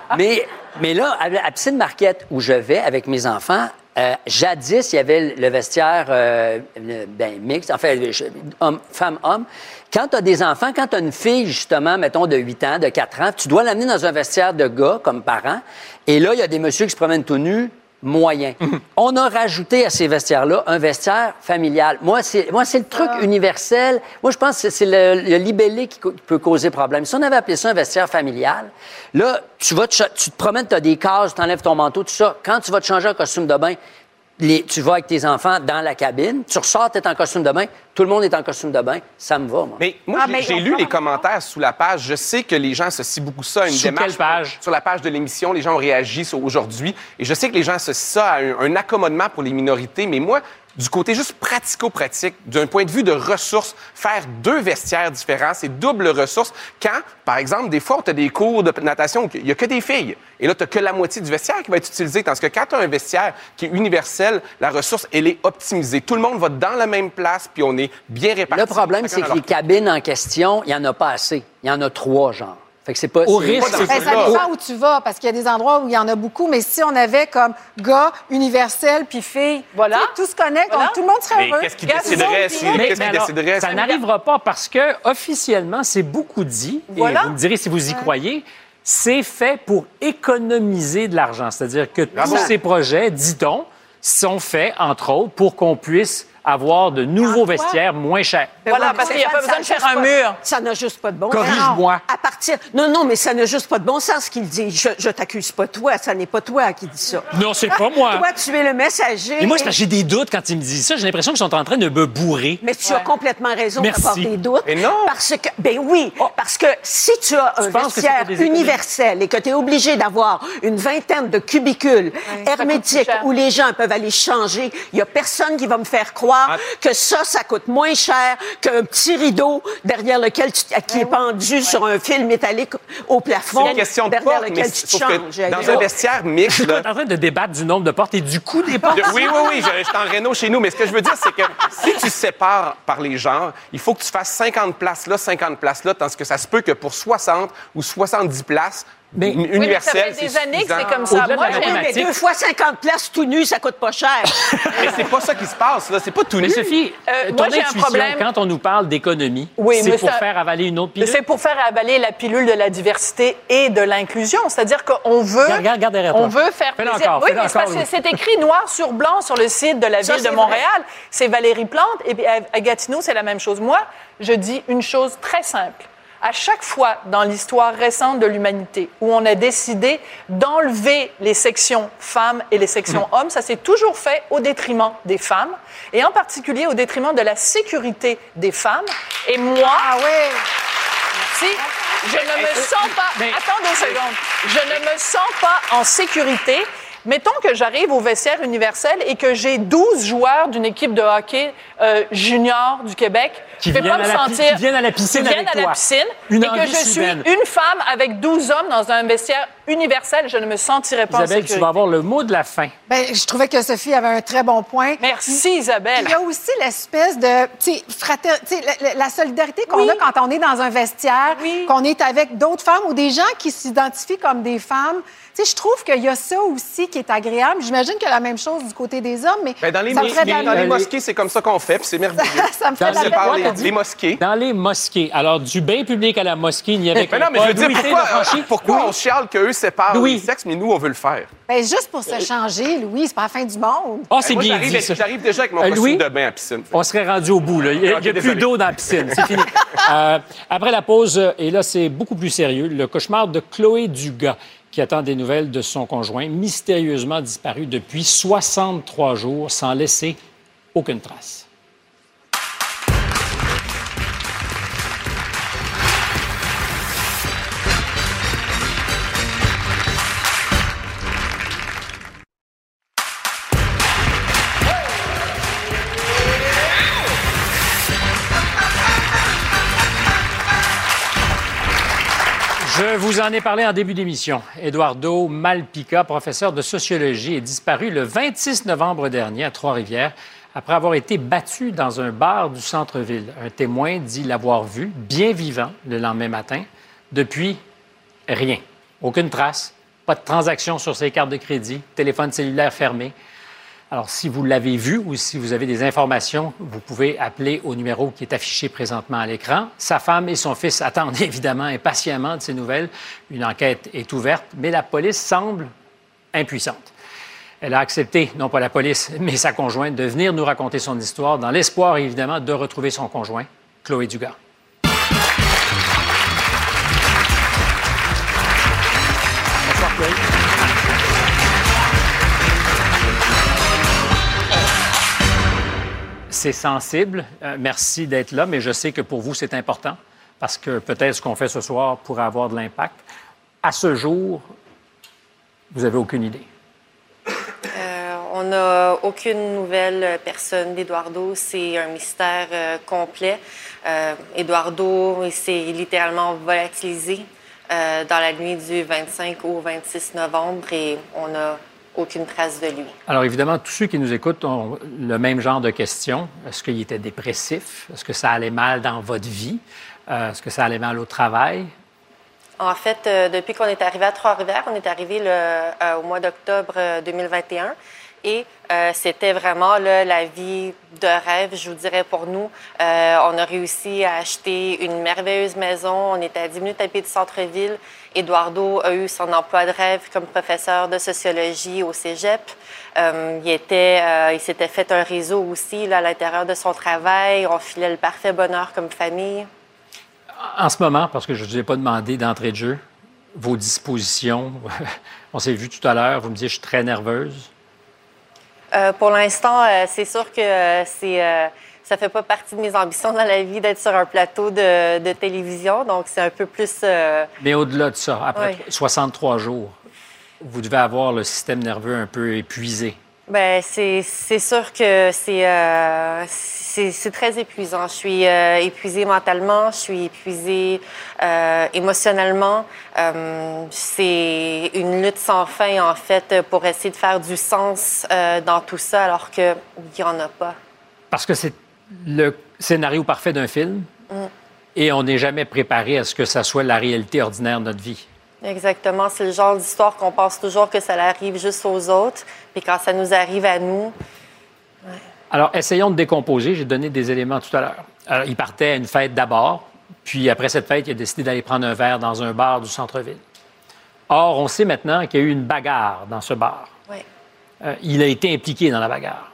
mais là, à la piscine Marquette où je vais avec mes enfants, jadis, il y avait le vestiaire mixte, enfin, femme-homme. Quand tu as des enfants, quand tu as une fille, justement, mettons, de 8 ans, de 4 ans, tu dois l'amener dans un vestiaire de gars, comme parent. Et là, il y a des messieurs qui se promènent tout nus moyen. On a rajouté à ces vestiaires-là un vestiaire familial. Moi, c'est le truc universel. Moi, je pense que c'est le libellé qui peut causer problème. Si on avait appelé ça un vestiaire familial, là, tu te promènes, tu as des cases, tu enlèves ton manteau, tout ça. Quand tu vas te changer en costume de bain, tu vas avec tes enfants dans la cabine, tu ressors, tu es en costume de bain, tout le monde est en costume de bain, ça me va, moi. Mais moi, j'ai lu les commentaires sous la page. Je sais que les gens associent beaucoup ça à une démarche. Quelle page? Sur la page de l'émission, les gens ont réagi aujourd'hui. Et je sais que les gens associent ça à un accommodement pour les minorités. Mais moi, du côté juste pratico-pratique, d'un point de vue de ressources, faire 2 vestiaires différents, c'est double ressources. Quand, par exemple, des fois, tu as des cours de natation où il n'y a que des filles. Et là, tu n'as que la moitié du vestiaire qui va être utilisé. Tandis que quand tu as un vestiaire qui est universel, la ressource, elle est optimisée. Tout le monde va dans la même place, puis on est bien répartis. Le problème, c'est que les cabines en question, il n'y en a pas assez. Il y en a 3, genre. Fait que c'est pas... Au risque, ça dépend où tu vas, parce qu'il y a des endroits où il y en a beaucoup, mais si on avait comme gars, universel, puis filles, voilà. Tout se connecte, tout le monde serait heureux. Qu'est-ce qui déciderait? Ça n'arrivera pas parce que officiellement, c'est beaucoup dit, et vous me direz si vous y croyez, c'est fait pour économiser de l'argent. C'est-à-dire que tous ces projets, dit-on, sont faits, entre autres, pour qu'on puisse avoir de nouveaux vestiaires moins chers. Voilà, parce qu'il n'y a pas besoin de faire un mur. Ça n'a juste pas de bon sens. Corrige-moi. À partir... Non, mais ça n'a juste pas de bon sens ce qu'il dit. Je t'accuse pas toi, ça n'est pas toi qui dis ça. Non, c'est pas moi. Toi, tu es le messager. Et moi, j'ai des doutes quand ils me disent ça. J'ai l'impression qu'ils sont en train de me bourrer. Mais tu as complètement raison d'avoir des doutes. Mais non. Parce que, parce que si tu as un vestiaire universel et que tu es obligé d'avoir une vingtaine de cubicules hermétiques où les gens peuvent aller changer, il n'y a personne qui va me faire croire que ça coûte moins cher qu'un petit rideau derrière lequel qui est pendu sur un fil métallique au plafond. C'est une question de derrière porte, lequel mais tu te sauf changes. que dans un vestiaire mixte... Tu es en train de débattre du nombre de portes et du coût des portes. Oui, je suis en réno chez nous, mais ce que je veux dire, c'est que si tu sépares par les genres, il faut que tu fasses 50 places là, 50 places là, tandis que ça se peut que pour 60 ou 70 places, mais universel, ça fait des années que c'est comme ça. Moi, mais 2 fois 50 places tout nu, ça coûte pas cher. Mais c'est pas ça qui se passe, là. C'est pas tout nu. Mais Sophie, ton intuition, quand on nous parle d'économie, c'est pour faire avaler une autre pilule? C'est pour faire avaler la pilule de la diversité et de l'inclusion. C'est-à-dire qu'on veut... Regarde derrière toi. On veut faire plaisir. Oui, mais c'est écrit noir sur blanc sur le site de la Ville de Montréal. C'est Valérie Plante. Et puis à Gatineau, c'est la même chose. Moi, je dis une chose très simple. À chaque fois dans l'histoire récente de l'humanité où on a décidé d'enlever les sections femmes et les sections hommes, ça s'est toujours fait au détriment des femmes et en particulier au détriment de la sécurité des femmes. Et moi, merci, je ne me sens pas... Attends 2 secondes. Je ne me sens pas en sécurité. Mettons que j'arrive au vestiaire universel et que j'ai 12 joueurs d'une équipe de hockey junior du Québec qui viennent à la piscine avec toi. Et que je suis une femme avec 12 hommes dans un vestiaire universel, je ne me sentirais pas en sécurité. Isabelle, tu vas avoir le mot de la fin. Bien, je trouvais que Sophie avait un très bon point. Merci, Isabelle. Il y a aussi l'espèce de, la solidarité qu'on a quand on est dans un vestiaire, qu'on est avec d'autres femmes ou des gens qui s'identifient comme des femmes. Tu sais, je trouve qu'il y a ça aussi qui est agréable. J'imagine qu'il y a la même chose du côté des hommes, mais dans les mosquées, c'est comme ça qu'on fait, puis c'est merveilleux. Ça me fait de la peine. Les mosquées. Dans les mosquées. Alors, du bain public à la mosquée, il n'y avait pas. Non, mais je veux dire, pourquoi on chiale qu'eux séparent les sexes, mais nous, on veut le faire? Bien, juste pour se changer, Louis, c'est pas la fin du monde. Ah, c'est bien dit, ça. J'arrive déjà avec mon costume de bain à piscine. On serait rendu au bout, là. Il n'y a plus d'eau dans la piscine. C'est fini. Après la pause, et là, c'est beaucoup plus sérieux, le cauchemar de Chloé Dugas, qui attend des nouvelles de son conjoint, mystérieusement disparu depuis 63 jours, sans laisser aucune trace. Je vous en ai parlé en début d'émission. Eduardo Malpica, professeur de sociologie, est disparu le 26 novembre dernier à Trois-Rivières après avoir été battu dans un bar du centre-ville. Un témoin dit l'avoir vu, bien vivant, le lendemain matin. Depuis, rien. Aucune trace, pas de transaction sur ses cartes de crédit, téléphone cellulaire fermé. Alors, si vous l'avez vu ou si vous avez des informations, vous pouvez appeler au numéro qui est affiché présentement à l'écran. Sa femme et son fils attendent évidemment impatiemment de ces nouvelles. Une enquête est ouverte, mais la police semble impuissante. Elle a accepté, non pas la police, mais sa conjointe, de venir nous raconter son histoire dans l'espoir, évidemment, de retrouver son conjoint, Chloé Dugas. Bonsoir, Chloé. C'est sensible. Merci d'être là, mais je sais que pour vous, c'est important parce que peut-être ce qu'on fait ce soir pourrait avoir de l'impact. À ce jour, vous n'avez aucune idée. On n'a aucune nouvelle personne d'Eduardo. C'est un mystère complet. Eduardo s'est littéralement volatilisé dans la nuit du 25 au 26 novembre et on n'a aucune trace de lui. Alors évidemment, tous ceux qui nous écoutent ont le même genre de questions. Est-ce qu'il était dépressif? Est-ce que ça allait mal dans votre vie? Est-ce que ça allait mal au travail? En fait, depuis qu'on est arrivé à Trois-Rivières, on est arrivé au mois d'octobre 2021 et c'était vraiment là, la vie de rêve, je vous dirais, pour nous. On a réussi à acheter une merveilleuse maison. On était à 10 minutes à pied du centre-ville. Eduardo a eu son emploi de rêve comme professeur de sociologie au cégep. Il s'était fait un réseau aussi là, à l'intérieur de son travail. On filait le parfait bonheur comme famille. En ce moment, parce que je ne vous ai pas demandé d'entrée de jeu, vos dispositions, on s'est vu tout à l'heure, vous me disiez, je suis très nerveuse. Pour l'instant, c'est sûr que ça ne fait pas partie de mes ambitions dans la vie d'être sur un plateau de télévision, donc c'est un peu plus... Mais au-delà de ça, après 63 jours, vous devez avoir le système nerveux un peu épuisé. Bien, c'est sûr que c'est très épuisant. Je suis épuisée mentalement, je suis épuisée émotionnellement. C'est une lutte sans fin, en fait, pour essayer de faire du sens dans tout ça, alors qu'il n'y en a pas. Parce que c'est le scénario parfait d'un film et on n'est jamais préparé à ce que ça soit la réalité ordinaire de notre vie. Exactement. C'est le genre d'histoire qu'on pense toujours que ça arrive juste aux autres. Puis quand ça nous arrive à nous... Ouais. Alors, essayons de décomposer. J'ai donné des éléments tout à l'heure. Alors, il partait à une fête d'abord. Puis après cette fête, il a décidé d'aller prendre un verre dans un bar du centre-ville. Or, on sait maintenant qu'il y a eu une bagarre dans ce bar. Oui. Il a été impliqué dans la bagarre.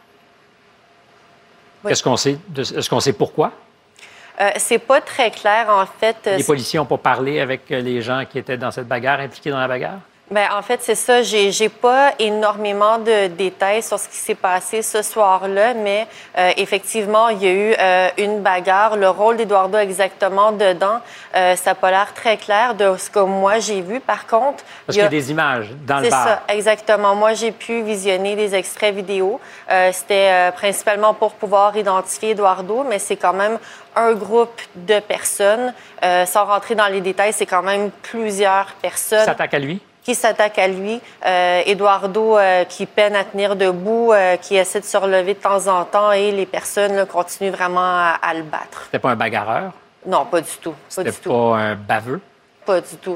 Oui. Est-ce qu'on sait pourquoi? C'est pas très clair, en fait. Les policiers n'ont pas parlé avec les gens qui étaient dans cette bagarre, impliqués dans la bagarre? Bien, en fait, c'est ça. J'ai pas énormément de détails sur ce qui s'est passé ce soir-là, mais effectivement, il y a eu une bagarre. Le rôle d'Eduardo exactement dedans, ça n'a pas l'air très clair de ce que moi j'ai vu. Par contre... Parce qu'il y a des images dans le bar. C'est ça, exactement. Moi, j'ai pu visionner des extraits vidéo. C'était principalement pour pouvoir identifier Eduardo, mais c'est quand même un groupe de personnes. Sans rentrer dans les détails, c'est quand même plusieurs personnes. Qui s'attaquent à lui? Qui s'attaque à lui. Eduardo qui peine à tenir debout, qui essaie de se relever de temps en temps et les personnes là, continuent vraiment à le battre. C'était pas un bagarreur? Non, pas du tout. C'était pas un baveux? Pas du tout.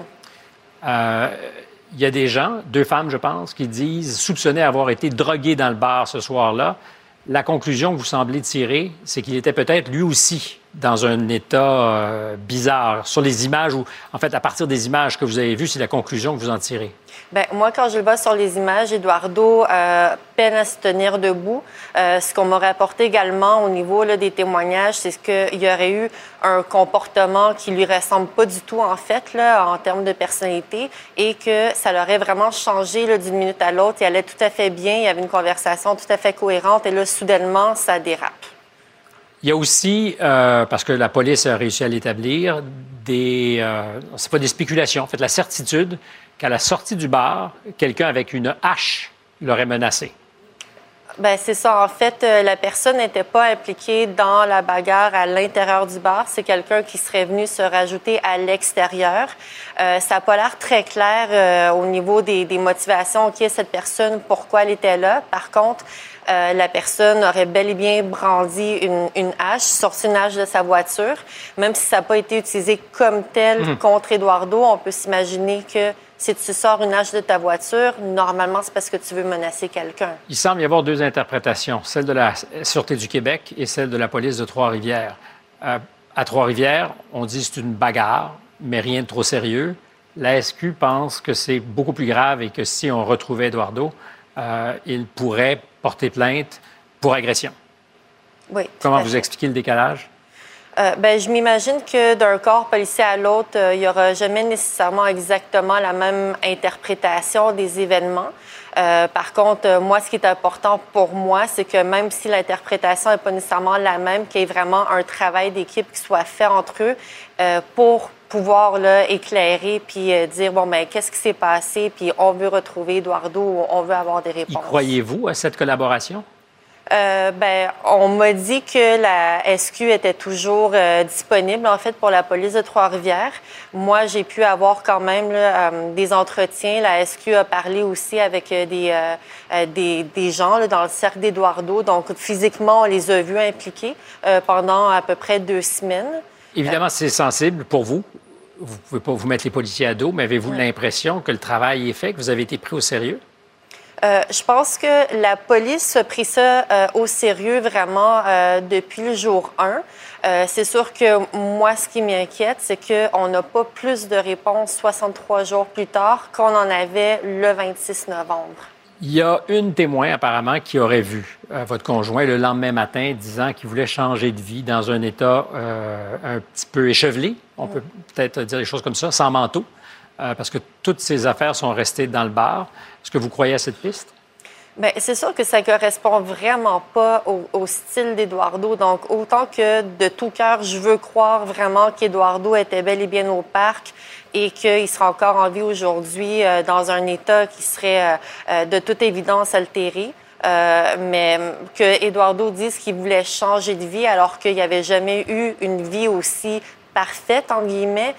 Il y a des gens, 2 femmes, je pense, qui disent soupçonner avoir été drogué dans le bar ce soir-là. La conclusion que vous semblez tirer, c'est qu'il était peut-être lui aussi dans un état bizarre. Sur les images, ou en fait, à partir des images que vous avez vues, c'est la conclusion que vous en tirez. Bien, moi, quand je le vois sur les images, Eduardo peine à se tenir debout. Ce qu'on m'a rapporté également au niveau là, des témoignages, c'est qu'il y aurait eu un comportement qui lui ressemble pas du tout, en fait, là, en termes de personnalité, et que ça l'aurait vraiment changé là, d'une minute à l'autre. Il allait tout à fait bien, il y avait une conversation tout à fait cohérente, et là, soudainement, ça dérape. Il y a aussi, parce que la police a réussi à l'établir, c'est pas des spéculations, en fait, la certitude qu'à la sortie du bar, quelqu'un avec une hache l'aurait menacé. Bien, c'est ça. En fait, la personne n'était pas impliquée dans la bagarre à l'intérieur du bar. C'est quelqu'un qui serait venu se rajouter à l'extérieur. Ça n'a pas l'air très clair au niveau des motivations. OK, cette personne, pourquoi elle était là? Par contre, la personne aurait bel et bien brandi une hache, sorti une hache de sa voiture. Même si ça n'a pas été utilisé comme tel contre Eduardo, on peut s'imaginer que si tu sors une hache de ta voiture, normalement, c'est parce que tu veux menacer quelqu'un. Il semble y avoir 2 interprétations, celle de la Sûreté du Québec et celle de la police de Trois-Rivières. À Trois-Rivières, on dit que c'est une bagarre, mais rien de trop sérieux. La SQ pense que c'est beaucoup plus grave et que si on retrouvait Eduardo, il pourrait porter plainte pour agression. Oui. Comment vous expliquez le décalage? Je m'imagine que d'un corps policier à l'autre, il n'y aura jamais nécessairement exactement la même interprétation des événements. Par contre, moi, ce qui est important pour moi, c'est que même si l'interprétation n'est pas nécessairement la même, qu'il y ait vraiment un travail d'équipe qui soit fait entre eux pour pouvoir là, éclairer puis dire, qu'est-ce qui s'est passé, puis on veut retrouver Eduardo, on veut avoir des réponses. Y croyez-vous à cette collaboration? On m'a dit que la SQ était toujours disponible, en fait, pour la police de Trois-Rivières. Moi, j'ai pu avoir quand même des entretiens. La SQ a parlé aussi avec des gens là, dans le cercle d'Eduardo. Donc, physiquement, on les a vus impliqués pendant à peu près 2 semaines. Évidemment, c'est sensible pour vous. Vous ne pouvez pas vous mettre les policiers à dos, mais avez-vous l'impression que le travail est fait, que vous avez été pris au sérieux? Je pense que la police a pris ça au sérieux vraiment depuis le jour 1. C'est sûr que moi, ce qui m'inquiète, c'est qu'on n'a pas plus de réponses 63 jours plus tard qu'on en avait le 26 novembre. Il y a une témoin, apparemment, qui aurait vu votre conjoint le lendemain matin disant qu'il voulait changer de vie dans un état un petit peu échevelé. On peut peut-être dire des choses comme ça, sans manteau. Parce que toutes ces affaires sont restées dans le bar. Est-ce que vous croyez à cette piste? Bien, c'est sûr que ça ne correspond vraiment pas au style d'Eduardo. Donc, autant que de tout cœur, je veux croire vraiment qu'Eduardo était bel et bien au parc et qu'il sera encore en vie aujourd'hui dans un état qui serait de toute évidence altéré. Mais que Eduardo dise qu'il voulait changer de vie alors qu'il n'y avait jamais eu une vie aussi parfaite, en guillemets,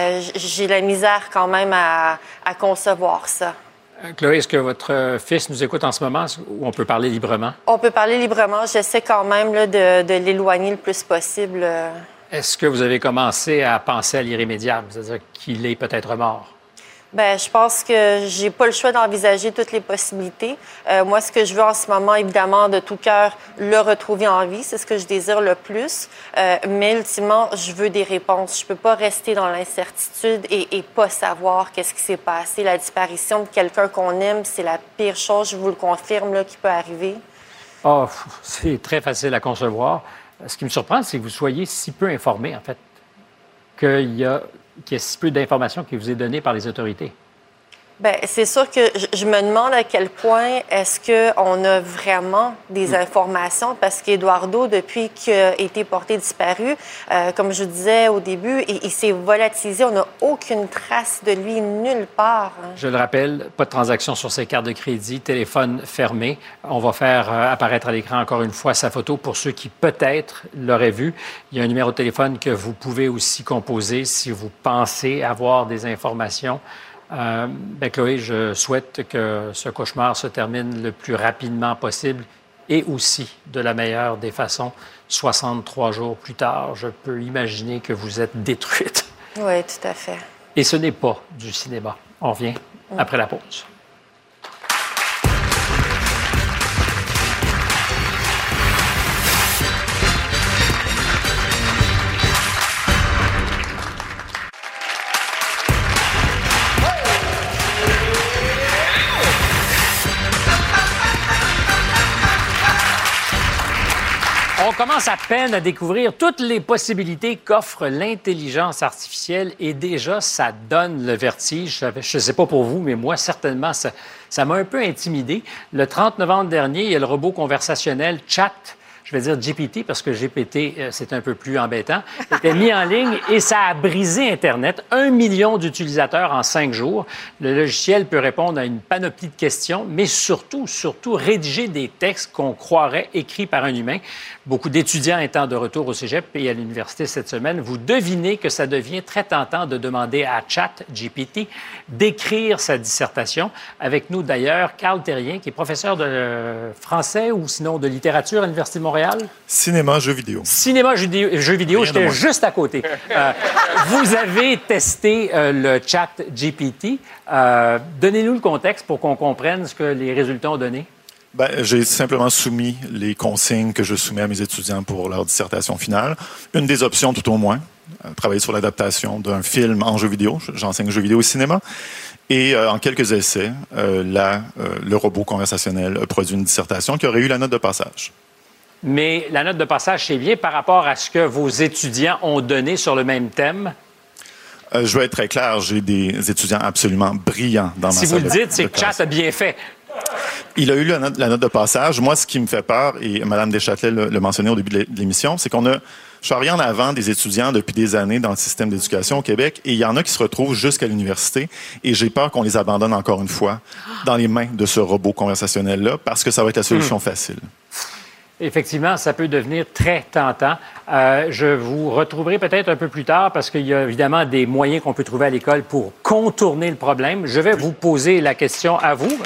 j'ai la misère quand même à concevoir ça. Chloé, est-ce que votre fils nous écoute en ce moment ou on peut parler librement? On peut parler librement. J'essaie quand même là, de l'éloigner le plus possible. Est-ce que vous avez commencé à penser à l'irrémédiable, c'est-à-dire qu'il est peut-être mort? Bien, je pense que j'ai pas le choix d'envisager toutes les possibilités. Moi, ce que je veux en ce moment, évidemment, de tout cœur, le retrouver en vie, c'est ce que je désire le plus. Mais ultimement, je veux des réponses. Je peux pas rester dans l'incertitude et pas savoir qu'est-ce qui s'est passé. La disparition de quelqu'un qu'on aime, c'est la pire chose, je vous le confirme, là, qui peut arriver. Oh, c'est très facile à concevoir. Ce qui me surprend, c'est que vous soyez si peu informé, en fait, qu'il y a si peu d'informations qui vous est données par les autorités. Bien, c'est sûr que je me demande à quel point est-ce qu'on a vraiment des informations, parce qu'Eduardo, depuis qu'il a été porté disparu, comme je disais au début, il s'est volatilisé. On n'a aucune trace de lui nulle part. Hein. Je le rappelle, pas de transaction sur ses cartes de crédit, téléphone fermé. On va faire apparaître à l'écran encore une fois sa photo pour ceux qui peut-être l'auraient vu. Il y a un numéro de téléphone que vous pouvez aussi composer si vous pensez avoir des informations. Chloé, je souhaite que ce cauchemar se termine le plus rapidement possible et aussi de la meilleure des façons. 63 jours plus tard, je peux imaginer que vous êtes détruite. Oui, tout à fait. Et ce n'est pas du cinéma. On revient après la pause. On commence à peine à découvrir toutes les possibilités qu'offre l'intelligence artificielle et déjà, ça donne le vertige. Je ne sais pas pour vous, mais moi, certainement, ça m'a un peu intimidé. Le 30 novembre dernier, il y a le robot conversationnel Chat, je vais dire GPT parce que GPT, c'est un peu plus embêtant, était mis en ligne et ça a brisé Internet. 1 million d'utilisateurs en 5 jours. Le logiciel peut répondre à une panoplie de questions, mais surtout rédiger des textes qu'on croirait écrits par un humain. Beaucoup d'étudiants étant de retour au cégep et à l'université cette semaine, vous devinez que ça devient très tentant de demander à ChatGPT d'écrire sa dissertation. Avec nous d'ailleurs, Carl Terrien, qui est professeur de français ou sinon de littérature à l'Université de Montréal. Cinéma, jeux vidéo. Cinéma, jeux vidéo, j'étais juste à côté. Vous avez testé le ChatGPT. Donnez-nous le contexte pour qu'on comprenne ce que les résultats ont donné. J'ai simplement soumis les consignes que je soumets à mes étudiants pour leur dissertation finale. Une des options, tout au moins, travailler sur l'adaptation d'un film en jeu vidéo. J'enseigne jeux vidéo au cinéma. Et en quelques essais, le robot conversationnel a produit une dissertation qui aurait eu la note de passage. Mais la note de passage, c'est bien par rapport à ce que vos étudiants ont donné sur le même thème? Je vais être très clair, j'ai des étudiants absolument brillants dans ma salle. Si vous le dites, c'est que Chat a bien fait. Il a eu la note de passage. Moi, ce qui me fait peur, et Mme Deschâtelet l'a mentionné au début de l'émission, c'est qu'on a charrié en avant des étudiants depuis des années dans le système d'éducation au Québec, et il y en a qui se retrouvent jusqu'à l'université, et j'ai peur qu'on les abandonne encore une fois dans les mains de ce robot conversationnel-là, parce que ça va être la solution facile. Effectivement, ça peut devenir très tentant. Je vous retrouverai peut-être un peu plus tard parce qu'il y a évidemment des moyens qu'on peut trouver à l'école pour contourner le problème. Je vais vous poser la question à vous.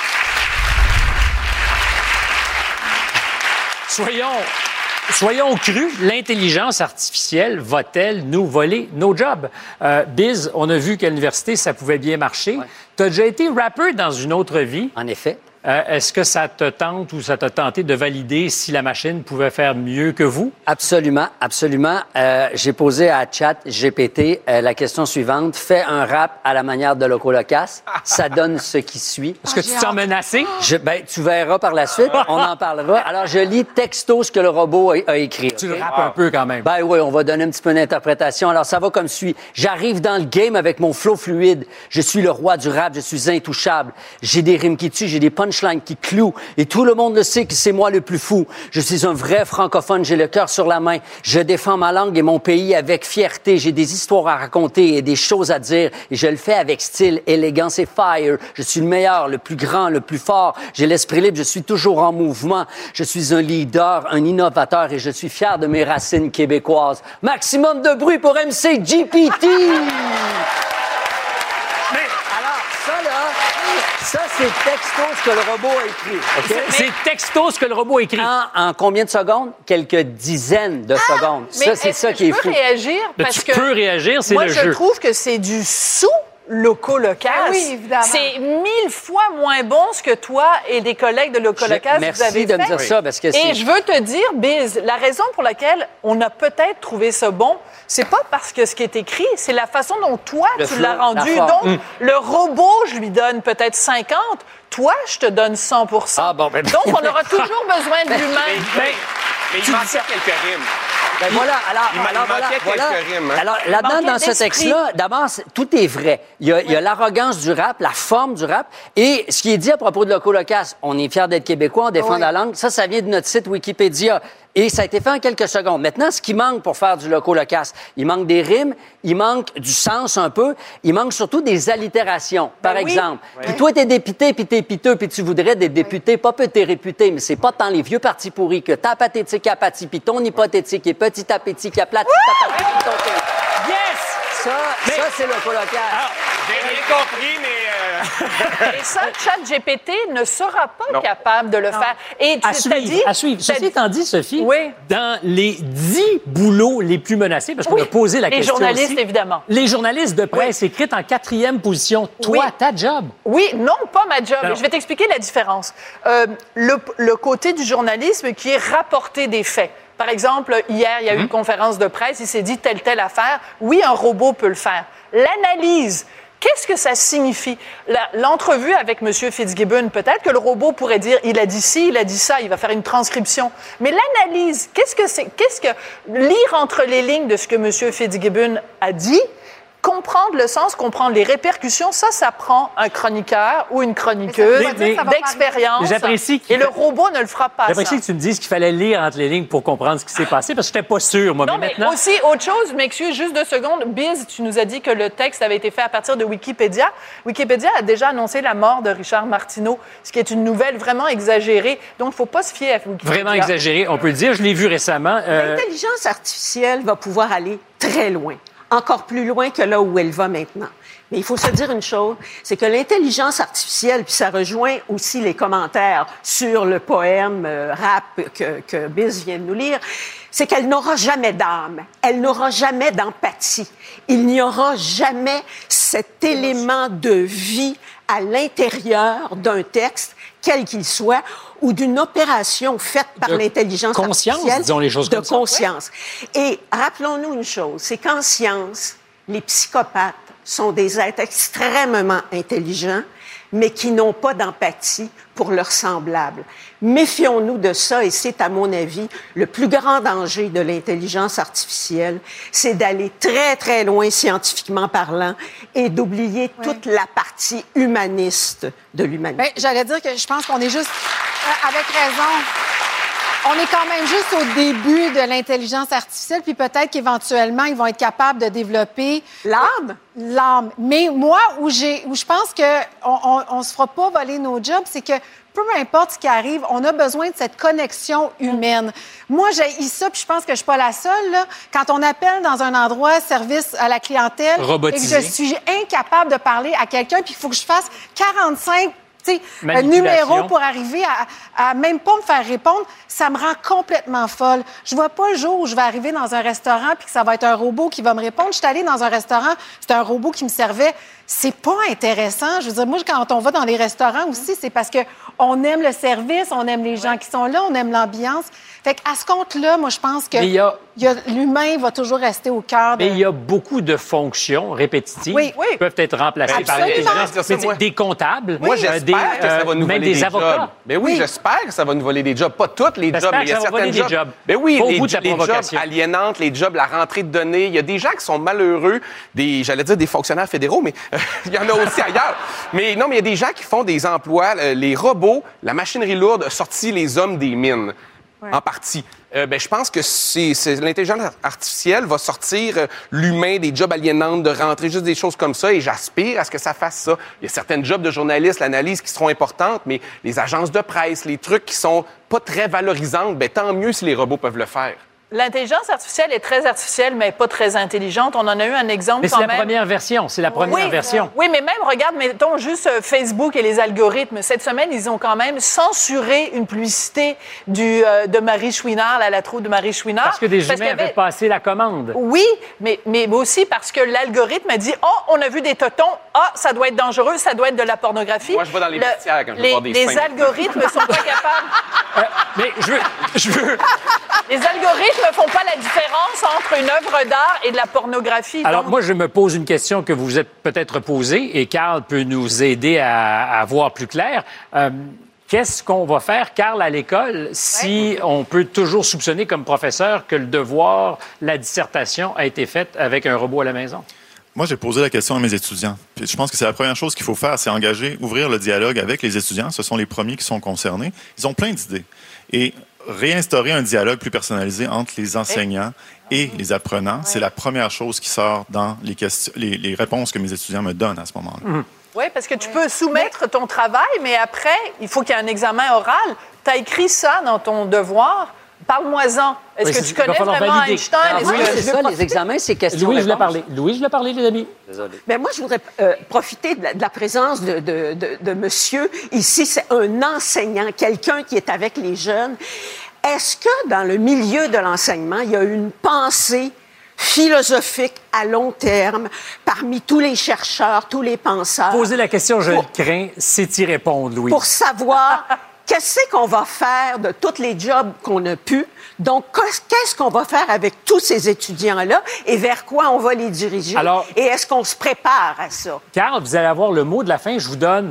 Soyons crus, l'intelligence artificielle va-t-elle nous voler nos jobs? Biz, on a vu qu'à l'université, ça pouvait bien marcher. Ouais. Tu as déjà été rappeur dans une autre vie. En effet. Est-ce que ça te tente ou ça t'a tenté de valider si la machine pouvait faire mieux que vous? Absolument, absolument. J'ai posé à ChatGPT la question suivante. Fais un rap à la manière de Loco Locas. Ça donne ce qui suit. Est-ce que tu te sens menacé? Tu verras par la suite. On en parlera. Alors, je lis texto ce que le robot a écrit. Tu le rappes un peu quand même. Ben oui, on va donner un petit peu d'interprétation. Alors, ça va comme suit. J'arrive dans le game avec mon flow fluide. Je suis le roi du rap. Je suis intouchable. J'ai des rimes qui tuent. J'ai des punchlines qui cloue. Et tout le monde le sait que c'est moi le plus fou. Je suis un vrai francophone, j'ai le cœur sur la main. Je défends ma langue et mon pays avec fierté. J'ai des histoires à raconter et des choses à dire. Et je le fais avec style, élégance et fire. Je suis le meilleur, le plus grand, le plus fort. J'ai l'esprit libre, je suis toujours en mouvement. Je suis un leader, un innovateur et je suis fier de mes racines québécoises. Maximum de bruit pour MC GPT! Ça, c'est texto ce que le robot a écrit. Okay? C'est texto ce que le robot a écrit. En combien de secondes? Quelques dizaines de secondes. Ça, c'est ça qui est fou. Tu peux réagir? Parce que tu peux réagir, c'est le jeu. Moi, je trouve que c'est du Loco Locas. Oui, évidemment. C'est 1000 fois moins bon ce que toi et des collègues de Loco Locas vous avez fait. Merci de me dire ça. Parce que et je veux te dire, Biz, la raison pour laquelle on a peut-être trouvé ça bon, c'est pas parce que ce qui est écrit, c'est la façon dont toi, tu l'as rendu. Donc, le robot, je lui donne peut-être 50. Toi, je te donne 100 Donc, on aura toujours besoin de l'humain. Mais il manquait quelques rimes. Ben voilà, alors là-dedans, dans ce texte-là, d'abord, tout est vrai. Il y a l'arrogance du rap, la forme du rap, et ce qui est dit à propos de Loco Locas, on est fiers d'être Québécois, on défend la langue, ça vient de notre site Wikipédia. Et ça a été fait en quelques secondes. Maintenant, ce qui manque pour faire du Loco Locas, il manque des rimes, il manque du sens un peu, il manque surtout des allitérations, par exemple. Puis toi, t'es député, puis t'es piteux, puis tu voudrais des députés, pas peu t'es réputé, mais c'est pas tant les vieux partis pourris que ta pathétique apathie, puis ton hypothétique et petit appétit qui aplatit ta pathétique, puis ton thé. Yes! Ça, c'est Loco Locas. J'ai rien compris, mais... Et ça, ChatGPT ne sera pas capable de le faire. Et à suivre. Ceci étant dit, Sophie, dans les 10 boulots les plus menacés, parce qu'on a posé la question Les journalistes, aussi, évidemment. Les journalistes de presse écrites en 4e position. Toi, ta job. Oui, non, pas ma job. Je vais t'expliquer la différence. Le côté du journalisme qui est rapporter des faits. Par exemple, hier, il y a eu une conférence de presse, il s'est dit telle affaire. Oui, un robot peut le faire. L'analyse, qu'est-ce que ça signifie? L'entrevue avec M. Fitzgibbon, peut-être que le robot pourrait dire, il a dit ci, il a dit ça, il va faire une transcription. Mais l'analyse, qu'est-ce que lire entre les lignes de ce que M. Fitzgibbon a dit, comprendre le sens, comprendre les répercussions, ça prend un chroniqueur ou une chroniqueuse d'expérience. J'apprécie et le robot ne le fera pas. J'apprécie que tu me dises qu'il fallait lire entre les lignes pour comprendre ce qui s'est passé, parce que je n'étais pas sûr, moi. Non, mais maintenant... aussi, autre chose, m'excuse, juste 2 secondes. Biz, tu nous as dit que le texte avait été fait à partir de Wikipédia. Wikipédia a déjà annoncé la mort de Richard Martineau, ce qui est une nouvelle vraiment exagérée. Donc, il ne faut pas se fier à Wikipédia. Vraiment exagérée, on peut le dire. Je l'ai vu récemment. L'intelligence artificielle va pouvoir aller très loin. Encore plus loin que là où elle va maintenant. Mais il faut se dire une chose, c'est que l'intelligence artificielle, puis ça rejoint aussi les commentaires sur le poème rap que Biz vient de nous lire, c'est qu'elle n'aura jamais d'âme, elle n'aura jamais d'empathie. Il n'y aura jamais cet élément de vie à l'intérieur d'un texte, quel qu'il soit, ou d'une opération faite par l'intelligence artificielle. Disons les choses comme ça. Conscience. Et rappelons-nous une chose, c'est qu'en science, les psychopathes sont des êtres extrêmement intelligents, mais qui n'ont pas d'empathie pour leurs semblables. Méfions-nous de ça, et c'est, à mon avis, le plus grand danger de l'intelligence artificielle, c'est d'aller très, très loin scientifiquement parlant et d'oublier toute la partie humaniste de l'humanité. Bien, j'allais dire que je pense qu'on est juste, avec raison, on est quand même juste au début de l'intelligence artificielle, puis peut-être qu'éventuellement, ils vont être capables de développer... L'âme. Mais moi, où je pense qu'on se fera pas voler nos jobs, c'est que peu importe ce qui arrive, on a besoin de cette connexion humaine. Moi, j'ai ça, puis je pense que je suis pas la seule, là. Quand on appelle dans un endroit service à la clientèle robotisé, et que je suis incapable de parler à quelqu'un, puis il faut que je fasse 45 numéro pour arriver à même pas me faire répondre, ça me rend complètement folle. Je vois pas le jour où je vais arriver dans un restaurant puis que ça va être un robot qui va me répondre. Je suis allée dans un restaurant, c'était un robot qui me servait. C'est pas intéressant. Je veux dire, moi, quand on va dans les restaurants aussi, c'est parce que on aime le service, on aime les gens qui sont là, on aime l'ambiance. Fait qu'à ce compte-là, moi, je pense que l'humain va toujours rester au cœur de... Mais il y a beaucoup de fonctions répétitives qui peuvent être remplacées par l'intelligence. Des comptables, moi, j'espère que ça va nous voler des avocats. Jobs. Mais oui, j'espère que ça va nous voler des jobs. Pas tous les jobs, mais il y a certains jobs. Mais oui, les jobs aliénantes, les jobs, la rentrée de données. Il y a des gens qui sont malheureux, j'allais dire des fonctionnaires fédéraux, mais il y en a aussi ailleurs. Mais non, mais il y a des gens qui font des emplois. Les robots, la machinerie lourde a sorti les hommes des mines. En partie. Je pense que l'intelligence artificielle va sortir l'humain des jobs aliénants, de rentrer juste des choses comme ça, et j'aspire à ce que ça fasse ça. Il y a certaines jobs de journalistes, l'analyse qui seront importantes, mais les agences de presse, les trucs qui sont pas très valorisantes, tant mieux si les robots peuvent le faire. L'intelligence artificielle est très artificielle, mais pas très intelligente. On en a eu un exemple quand même. Mais c'est la première version. C'est la première version. Oui, mais même, regarde, mettons juste Facebook et les algorithmes. Cette semaine, ils ont quand même censuré une publicité de Marie Chouinard, la troupe de Marie Chouinard. Parce que des humains avaient passé la commande. Oui, mais aussi parce que l'algorithme a dit « Oh, on a vu des totons. Ah, ça doit être dangereux, ça doit être de la pornographie. » Moi, je vais dans les vestiaires quand je vais voir des Les algorithmes ne sont pas capables... Mais je veux... Les algorithmes ne font pas la différence entre une œuvre d'art et de la pornographie. Alors, moi, je me pose une question que vous vous êtes peut-être posée et Carl peut nous aider à voir plus clair. Qu'est-ce qu'on va faire, Carl, à l'école, si on peut toujours soupçonner comme professeur que le devoir, la dissertation a été faite avec un robot à la maison? Moi, j'ai posé la question à mes étudiants. Puis je pense que c'est la première chose qu'il faut faire, c'est ouvrir le dialogue avec les étudiants. Ce sont les premiers qui sont concernés. Ils ont plein d'idées. Et réinstaurer un dialogue plus personnalisé entre les enseignants et les apprenants, c'est la première chose qui sort dans les réponses que mes étudiants me donnent à ce moment-là. Oui, parce que tu peux soumettre ton travail, mais après, il faut qu'il y ait un examen oral. Tu as écrit ça dans ton devoir. Parle-moi-en. Est-ce que tu connais vraiment Einstein? C'est ça, les examens, c'est question. Louis, je voulais parler, les amis. Désolé. Bien, moi, je voudrais profiter de la présence de monsieur. Ici, c'est un enseignant, quelqu'un qui est avec les jeunes. Est-ce que dans le milieu de l'enseignement, il y a une pensée philosophique à long terme parmi tous les chercheurs, tous les penseurs? Poser la question, je le crains, c'est y répondre, Louis. Pour savoir... Qu'est-ce qu'on va faire de tous les jobs qu'on a pu? Donc, qu'est-ce qu'on va faire avec tous ces étudiants-là et vers quoi on va les diriger? Alors, et est-ce qu'on se prépare à ça? Carl, vous allez avoir le mot de la fin. Je vous donne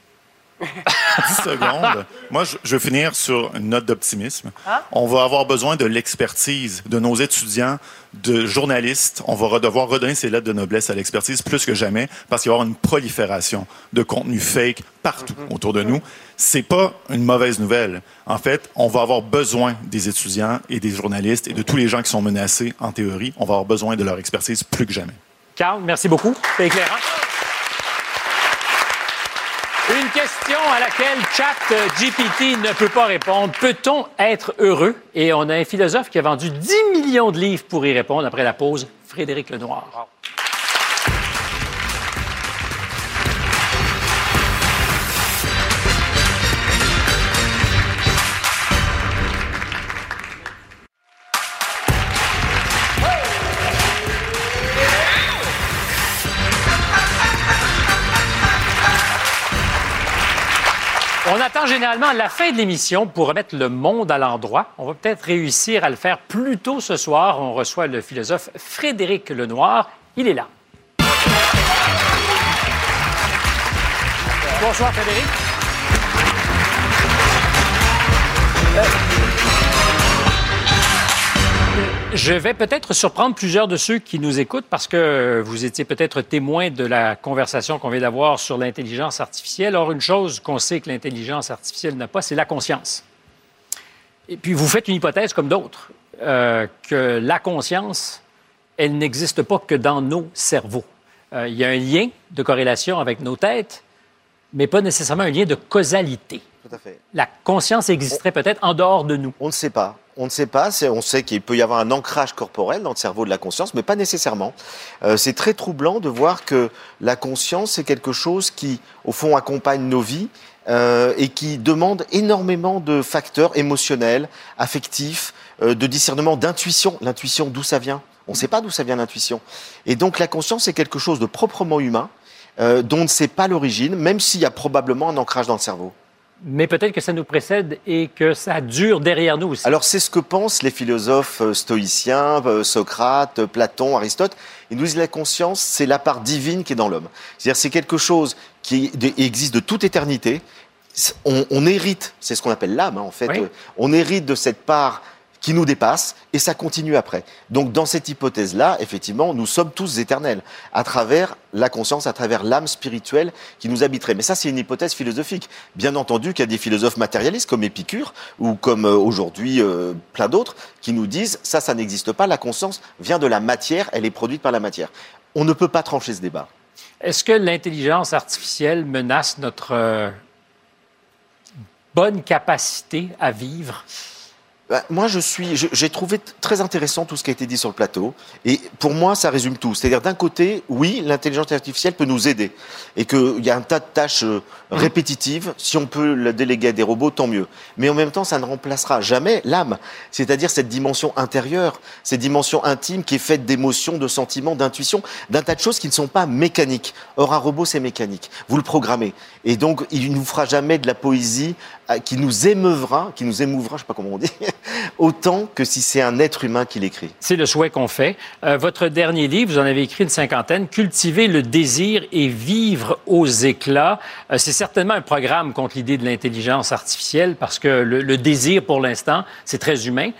10 secondes. Moi, je veux finir sur une note d'optimisme. On va avoir besoin de l'expertise de nos étudiants, de journalistes. On va devoir redonner ces lettres de noblesse à l'expertise plus que jamais parce qu'il va y avoir une prolifération de contenu fake partout autour de nous. C'est pas une mauvaise nouvelle. En fait, on va avoir besoin des étudiants et des journalistes et de tous les gens qui sont menacés en théorie. On va avoir besoin de leur expertise plus que jamais. Carl, merci beaucoup. C'est éclairant. Une question à laquelle ChatGPT ne peut pas répondre. Peut-on être heureux? Et on a un philosophe qui a vendu 10 millions de livres pour y répondre après la pause, Frédéric Lenoir. Wow. On attend généralement la fin de l'émission pour remettre le monde à l'endroit. On va peut-être réussir à le faire plus tôt ce soir. On reçoit le philosophe Frédéric Lenoir. Il est là. Bonsoir, Frédéric. Je vais peut-être surprendre plusieurs de ceux qui nous écoutent parce que vous étiez peut-être témoin de la conversation qu'on vient d'avoir sur l'intelligence artificielle. Or, une chose qu'on sait que l'intelligence artificielle n'a pas, c'est la conscience. Et puis, vous faites une hypothèse comme d'autres, que la conscience, elle n'existe pas que dans nos cerveaux. Il y a un lien de corrélation avec nos têtes, mais pas nécessairement un lien de causalité. Tout à fait. La conscience existerait peut-être en dehors de nous. On ne sait pas. On ne sait pas. On sait qu'il peut y avoir un ancrage corporel dans le cerveau de la conscience, mais pas nécessairement. C'est très troublant de voir que la conscience, c'est quelque chose qui, au fond, accompagne nos vies et qui demande énormément de facteurs émotionnels, affectifs, de discernement, d'intuition. L'intuition, d'où ça vient ? On ne sait pas d'où ça vient l'intuition. Et donc la conscience, c'est quelque chose de proprement humain, dont on ne sait pas l'origine, même s'il y a probablement un ancrage dans le cerveau. Mais peut-être que ça nous précède et que ça dure derrière nous aussi. Alors c'est ce que pensent les philosophes stoïciens, Socrate, Platon, Aristote. Ils nous disent que la conscience, c'est la part divine qui est dans l'homme. C'est-à-dire c'est quelque chose qui existe de toute éternité. On hérite, c'est ce qu'on appelle l'âme en fait, oui. On hérite de cette part qui nous dépasse, et ça continue après. Donc, dans cette hypothèse-là, effectivement, nous sommes tous éternels, à travers la conscience, à travers l'âme spirituelle qui nous habiterait. Mais ça, c'est une hypothèse philosophique. Bien entendu qu'il y a des philosophes matérialistes, comme Épicure, ou comme aujourd'hui plein d'autres, qui nous disent, ça n'existe pas, la conscience vient de la matière, elle est produite par la matière. On ne peut pas trancher ce débat. Est-ce que l'intelligence artificielle menace notre bonne capacité à vivre? Moi, j'ai trouvé très intéressant tout ce qui a été dit sur le plateau. Et pour moi, ça résume tout. C'est-à-dire, d'un côté, oui, l'intelligence artificielle peut nous aider. Et qu'il y a un tas de tâches répétitives. Si on peut le déléguer à des robots, tant mieux. Mais en même temps, ça ne remplacera jamais l'âme. C'est-à-dire cette dimension intérieure, cette dimension intime qui est faite d'émotions, de sentiments, d'intuition, d'un tas de choses qui ne sont pas mécaniques. Or, un robot, c'est mécanique. Vous le programmez. Et donc, il ne nous fera jamais de la poésie qui nous émeuvra, je sais pas comment on dit, autant que si c'est un être humain qui l'écrit. C'est le souhait qu'on fait. Votre dernier livre, vous en avez écrit une cinquantaine, « Cultiver le désir et vivre aux éclats ». C'est certainement un programme contre l'idée de l'intelligence artificielle parce que le désir, pour l'instant, c'est très humain.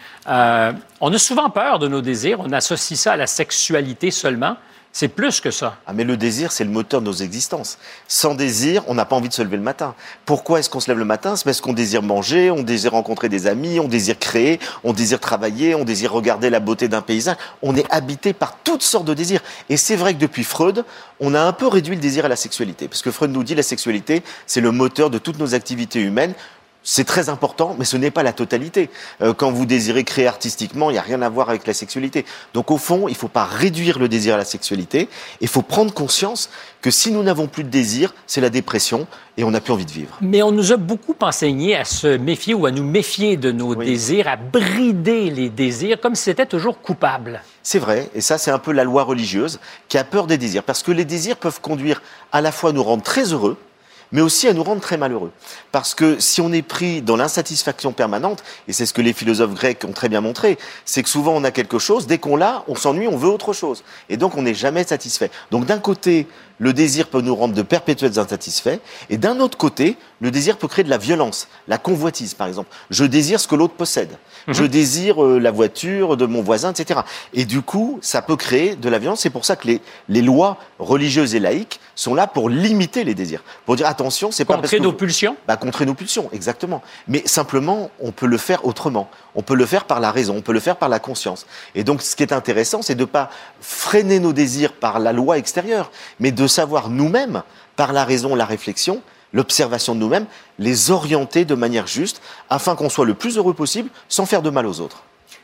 On a souvent peur de nos désirs. On associe ça à la sexualité seulement. C'est plus que ça. Ah, mais le désir, c'est le moteur de nos existences. Sans désir, on n'a pas envie de se lever le matin. Pourquoi est-ce qu'on se lève le matin ? C'est parce qu'on désire manger, on désire rencontrer des amis, on désire créer, on désire travailler, on désire regarder la beauté d'un paysage. On est habité par toutes sortes de désirs. Et c'est vrai que depuis Freud, on a un peu réduit le désir à la sexualité. Parce que Freud nous dit que la sexualité, c'est le moteur de toutes nos activités humaines. C'est très important, mais ce n'est pas la totalité. Quand vous désirez créer artistiquement, il n'y a rien à voir avec la sexualité. Donc au fond, il ne faut pas réduire le désir à la sexualité. Il faut prendre conscience que si nous n'avons plus de désir, c'est la dépression et on n'a plus envie de vivre. Mais on nous a beaucoup enseigné à se méfier ou à nous méfier de nos désirs, à brider les désirs, comme si c'était toujours coupable. C'est vrai, et ça c'est un peu la loi religieuse qui a peur des désirs. Parce que les désirs peuvent conduire à la fois à nous rendre très heureux, mais aussi à nous rendre très malheureux. Parce que si on est pris dans l'insatisfaction permanente, et c'est ce que les philosophes grecs ont très bien montré, c'est que souvent on a quelque chose, dès qu'on l'a, on s'ennuie, on veut autre chose. Et donc on n'est jamais satisfait. Donc d'un côté, le désir peut nous rendre de perpétuels insatisfaits, et d'un autre côté, le désir peut créer de la violence, la convoitise par exemple. Je désire ce que l'autre possède. Je désire la voiture de mon voisin, etc. Et du coup, ça peut créer de la violence. C'est pour ça que les lois religieuses et laïques sont là pour limiter les désirs. Pour dire attention, c'est pas parce que... Contrer nos pulsions ? Contrer nos pulsions, exactement. Mais simplement, on peut le faire autrement. On peut le faire par la raison, on peut le faire par la conscience. Et donc, ce qui est intéressant, c'est de ne pas freiner nos désirs par la loi extérieure, mais de savoir nous-mêmes, par la raison, la réflexion, l'observation de nous-mêmes, les orienter de manière juste, afin qu'on soit le plus heureux possible, sans faire de mal aux autres.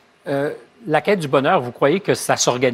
La quête du bonheur, vous croyez que ça s'organise ?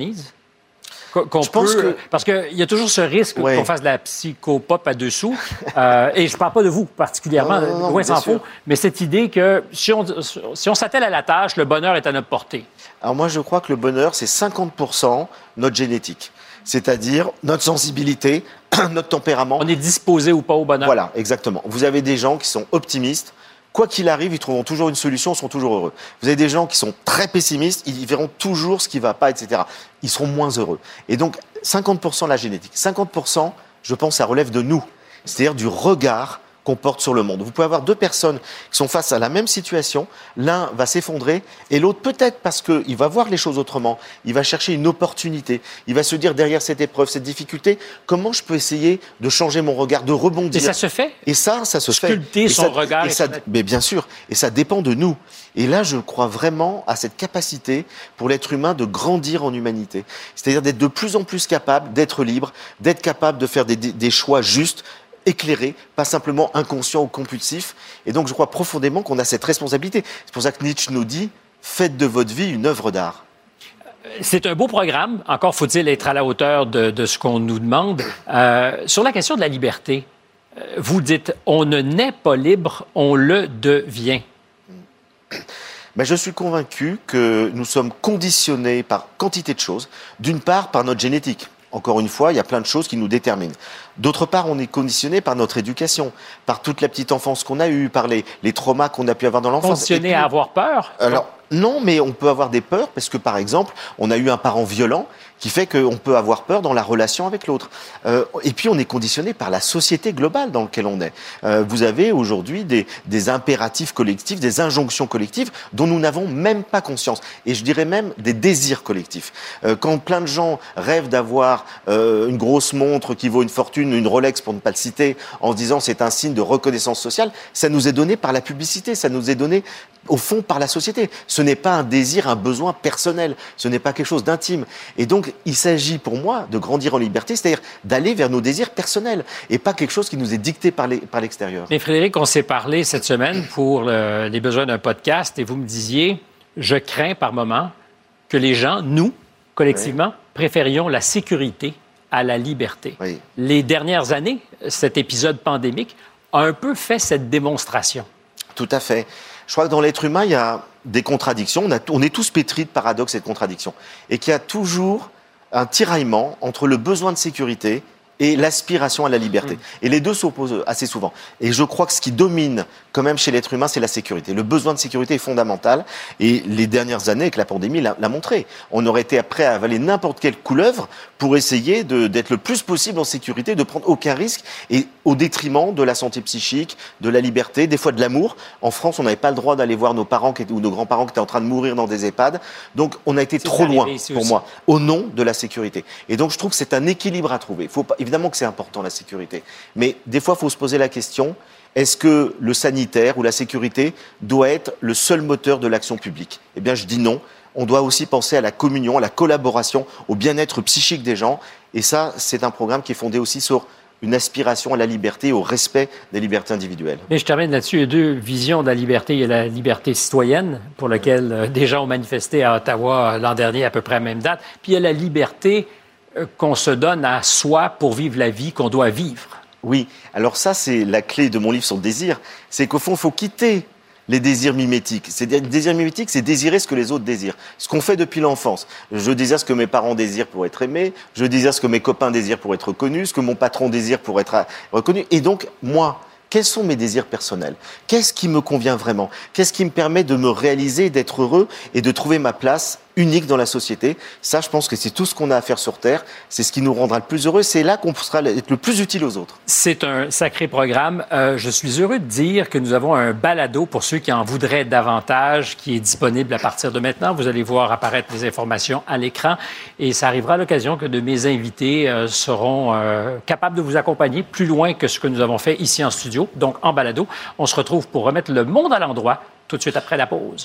Parce qu'il y a toujours ce risque qu'on fasse de la psychopop à dessous. Et je ne parle pas de vous particulièrement, loin s'en faut, mais cette idée que si on s'attelle à la tâche, le bonheur est à notre portée. Alors moi, je crois que le bonheur, c'est 50% notre génétique. C'est-à-dire notre sensibilité, notre tempérament. On est disposé ou pas au bonheur. Voilà, exactement. Vous avez des gens qui sont optimistes. Quoi qu'il arrive, ils trouveront toujours une solution, ils seront toujours heureux. Vous avez des gens qui sont très pessimistes, ils verront toujours ce qui ne va pas, etc. Ils seront moins heureux. Et donc, 50% la génétique. 50%, je pense, ça relève de nous. c'est-à-dire du regard qu'on porte sur le monde. Vous pouvez avoir deux personnes qui sont face à la même situation, l'un va s'effondrer et l'autre peut-être parce qu'il va voir les choses autrement, il va chercher une opportunité, il va se dire derrière cette épreuve, cette difficulté, comment je peux essayer de changer mon regard, de rebondir. Et ça se fait? Et ça se fait. Sculpter son regard. Mais bien sûr, et ça dépend de nous. Et là, je crois vraiment à cette capacité pour l'être humain de grandir en humanité. C'est-à-dire d'être de plus en plus capable d'être libre, d'être capable de faire des choix justes, éclairé, pas simplement inconscient ou compulsif. Et donc, je crois profondément qu'on a cette responsabilité. C'est pour ça que Nietzsche nous dit « Faites de votre vie une œuvre d'art ». C'est un beau programme. Encore faut-il être à la hauteur de ce qu'on nous demande. Sur la question de la liberté, vous dites « On ne naît pas libre, on le devient ». Mais je suis convaincu que nous sommes conditionnés par quantité de choses. D'une part, par notre génétique. Encore une fois, il y a plein de choses qui nous déterminent. D'autre part, on est conditionné par notre éducation, par toute la petite enfance qu'on a eue, par les traumas qu'on a pu avoir dans l'enfance. Conditionné à avoir peur? Alors, non, mais on peut avoir des peurs parce que, par exemple, on a eu un parent violent qui fait qu'on peut avoir peur dans la relation avec l'autre. Et puis, on est conditionné par la société globale dans laquelle on est. Vous avez aujourd'hui des impératifs collectifs, des injonctions collectives dont nous n'avons même pas conscience. Et je dirais même des désirs collectifs. Quand plein de gens rêvent d'avoir une grosse montre qui vaut une fortune, une Rolex pour ne pas le citer, en se disant c'est un signe de reconnaissance sociale, ça nous est donné par la publicité, ça nous est donné au fond par la société. Ce n'est pas un désir, un besoin personnel, ce n'est pas quelque chose d'intime. Et donc, il s'agit pour moi de grandir en liberté, c'est-à-dire d'aller vers nos désirs personnels et pas quelque chose qui nous est dicté par l'extérieur. Mais Frédéric, on s'est parlé cette semaine pour les besoins d'un podcast et vous me disiez, je crains par moment que les gens, nous, collectivement, préférions la sécurité à la liberté. Oui. Les dernières années, cet épisode pandémique a un peu fait cette démonstration. Tout à fait. Je crois que dans l'être humain, il y a des contradictions. On est tous pétris de paradoxes et de contradictions. Et qu'il y a toujours un tiraillement entre le besoin de sécurité et l'aspiration à la liberté. Et les deux s'opposent assez souvent. Et je crois que ce qui domine quand même chez l'être humain, c'est la sécurité. Le besoin de sécurité est fondamental. Et les dernières années, avec la pandémie, l'a montré. On aurait été prêt à avaler n'importe quelle couleuvre pour essayer d'être le plus possible en sécurité, de prendre aucun risque, et au détriment de la santé psychique, de la liberté, des fois de l'amour. En France, on n'avait pas le droit d'aller voir nos parents ou nos grands-parents qui étaient en train de mourir dans des EHPAD. Donc, on a été trop loin, pour moi, au nom de la sécurité. Et donc, je trouve que c'est un équilibre à trouver. Évidemment que c'est important, la sécurité. Mais des fois, il faut se poser la question, est-ce que le sanitaire ou la sécurité doit être le seul moteur de l'action publique? Eh bien, je dis non. On doit aussi penser à la communion, à la collaboration, au bien-être psychique des gens. Et ça, c'est un programme qui est fondé aussi sur une aspiration à la liberté, au respect des libertés individuelles. Mais je termine là-dessus. Il y a deux visions de la liberté. Il y a la liberté citoyenne, pour laquelle des gens ont manifesté à Ottawa l'an dernier, à peu près à la même date. Puis il y a la liberté qu'on se donne à soi pour vivre la vie qu'on doit vivre. Oui. Alors ça, c'est la clé de mon livre sur le désir. C'est qu'au fond, il faut quitter les désirs mimétiques. C'est-à-dire, les désirs mimétiques, c'est désirer ce que les autres désirent. Ce qu'on fait depuis l'enfance. Je désire ce que mes parents désirent pour être aimés. Je désire ce que mes copains désirent pour être reconnus. Ce que mon patron désire pour être reconnu. Et donc, moi, quels sont mes désirs personnels? Qu'est-ce qui me convient vraiment? Qu'est-ce qui me permet de me réaliser, d'être heureux et de trouver ma place unique dans la société? Ça, je pense que c'est tout ce qu'on a à faire sur Terre. C'est ce qui nous rendra le plus heureux. C'est là qu'on pourra être le plus utile aux autres. C'est un sacré programme. Je suis heureux de dire que nous avons un balado pour ceux qui en voudraient davantage, qui est disponible à partir de maintenant. Vous allez voir apparaître les informations à l'écran. Et ça arrivera à l'occasion que de mes invités seront capables de vous accompagner plus loin que ce que nous avons fait ici en studio, donc en balado. On se retrouve pour remettre le monde à l'endroit tout de suite après la pause.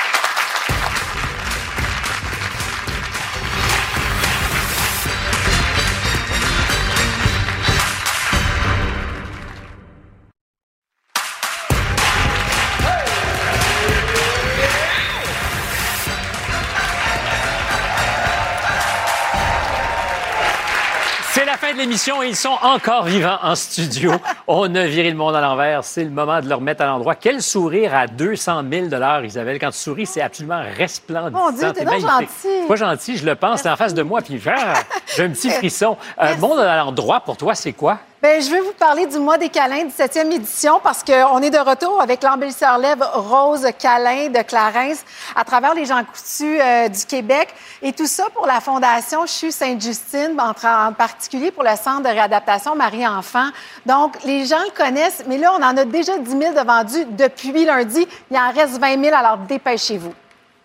De l'émission et ils sont encore vivants en studio. On a viré le monde à l'envers. C'est le moment de le remettre à l'endroit. Quel sourire à 200 000 $, Isabelle. Quand tu souris, c'est absolument resplendissant. Mon Dieu, t'es donc gentil. C'est pas gentil, je le pense. C'est en face de moi, puis j'ai un petit frisson. Monde à l'endroit, pour toi, c'est quoi? Bien, je veux vous parler du mois des câlins, 17e édition, parce qu'on est de retour avec l'embellisseur lèvres Rose Câlin de Clarence à travers les Jean Coutu du Québec. Et tout ça pour la Fondation CHU Sainte-Justine, en particulier pour le Centre de réadaptation Marie-Enfant. Donc, les gens le connaissent, mais là, on en a déjà 10 000 de vendus depuis lundi. Il en reste 20 000, alors dépêchez-vous.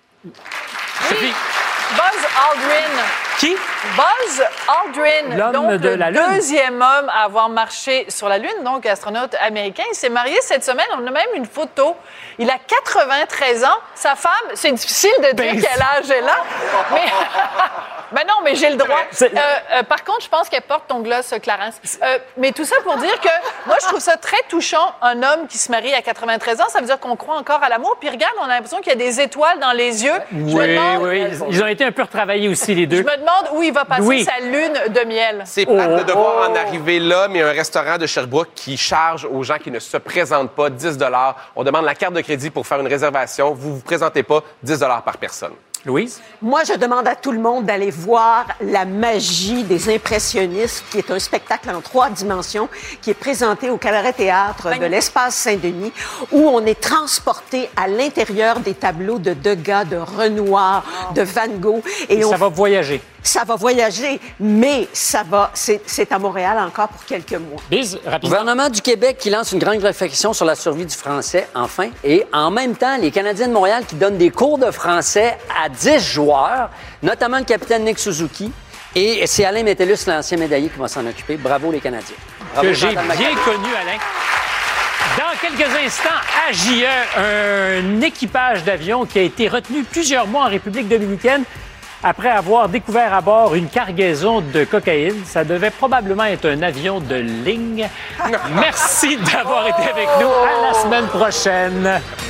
Oui. Buzz Aldrin. Qui? Buzz Aldrin. L'homme donc, de la Lune. Le deuxième homme à avoir marché sur la Lune, donc astronaute américain. Il s'est marié cette semaine. On a même une photo. Il a 93 ans. Sa femme, c'est difficile de dire quel âge elle a. Mais... Ben non, mais j'ai le droit. Par contre, je pense qu'elle porte ton gloss, Clarence. Mais tout ça pour dire que moi, je trouve ça très touchant, un homme qui se marie à 93 ans. Ça veut dire qu'on croit encore à l'amour. Puis regarde, on a l'impression qu'il y a des étoiles dans les yeux. Oui. Ils ont été un peu retravaillés aussi, les deux. Je me demande où il va passer sa lune de miel. C'est plate de devoir en arriver là, mais un restaurant de Sherbrooke qui charge aux gens qui ne se présentent pas 10 $. On demande la carte de crédit pour faire une réservation. Vous vous présentez pas, 10 $ par personne. Louise? Moi, je demande à tout le monde d'aller voir La magie des impressionnistes, qui est un spectacle en 3 dimensions, qui est présenté au Cabaret-Théâtre de l'Espace Saint-Denis, où on est transporté à l'intérieur des tableaux de Degas, de Renoir, de Van Gogh. Et ça va voyager. Ça va voyager, mais c'est à Montréal encore pour quelques mois. Biz, rapidement. Le gouvernement du Québec qui lance une grande réflexion sur la survie du français, enfin. Et en même temps, les Canadiens de Montréal qui donnent des cours de français à 10 joueurs, notamment le capitaine Nick Suzuki. Et c'est Alain Métellus, l'ancien médaillé, qui va s'en occuper. Bravo, les Canadiens. Bravo, que j'ai bien connu, Alain. Dans quelques instants, à JE, un équipage d'avion qui a été retenu plusieurs mois en République dominicaine après avoir découvert à bord une cargaison de cocaïne. Ça devait probablement être un avion de ligne. Merci d'avoir été avec nous. À la semaine prochaine.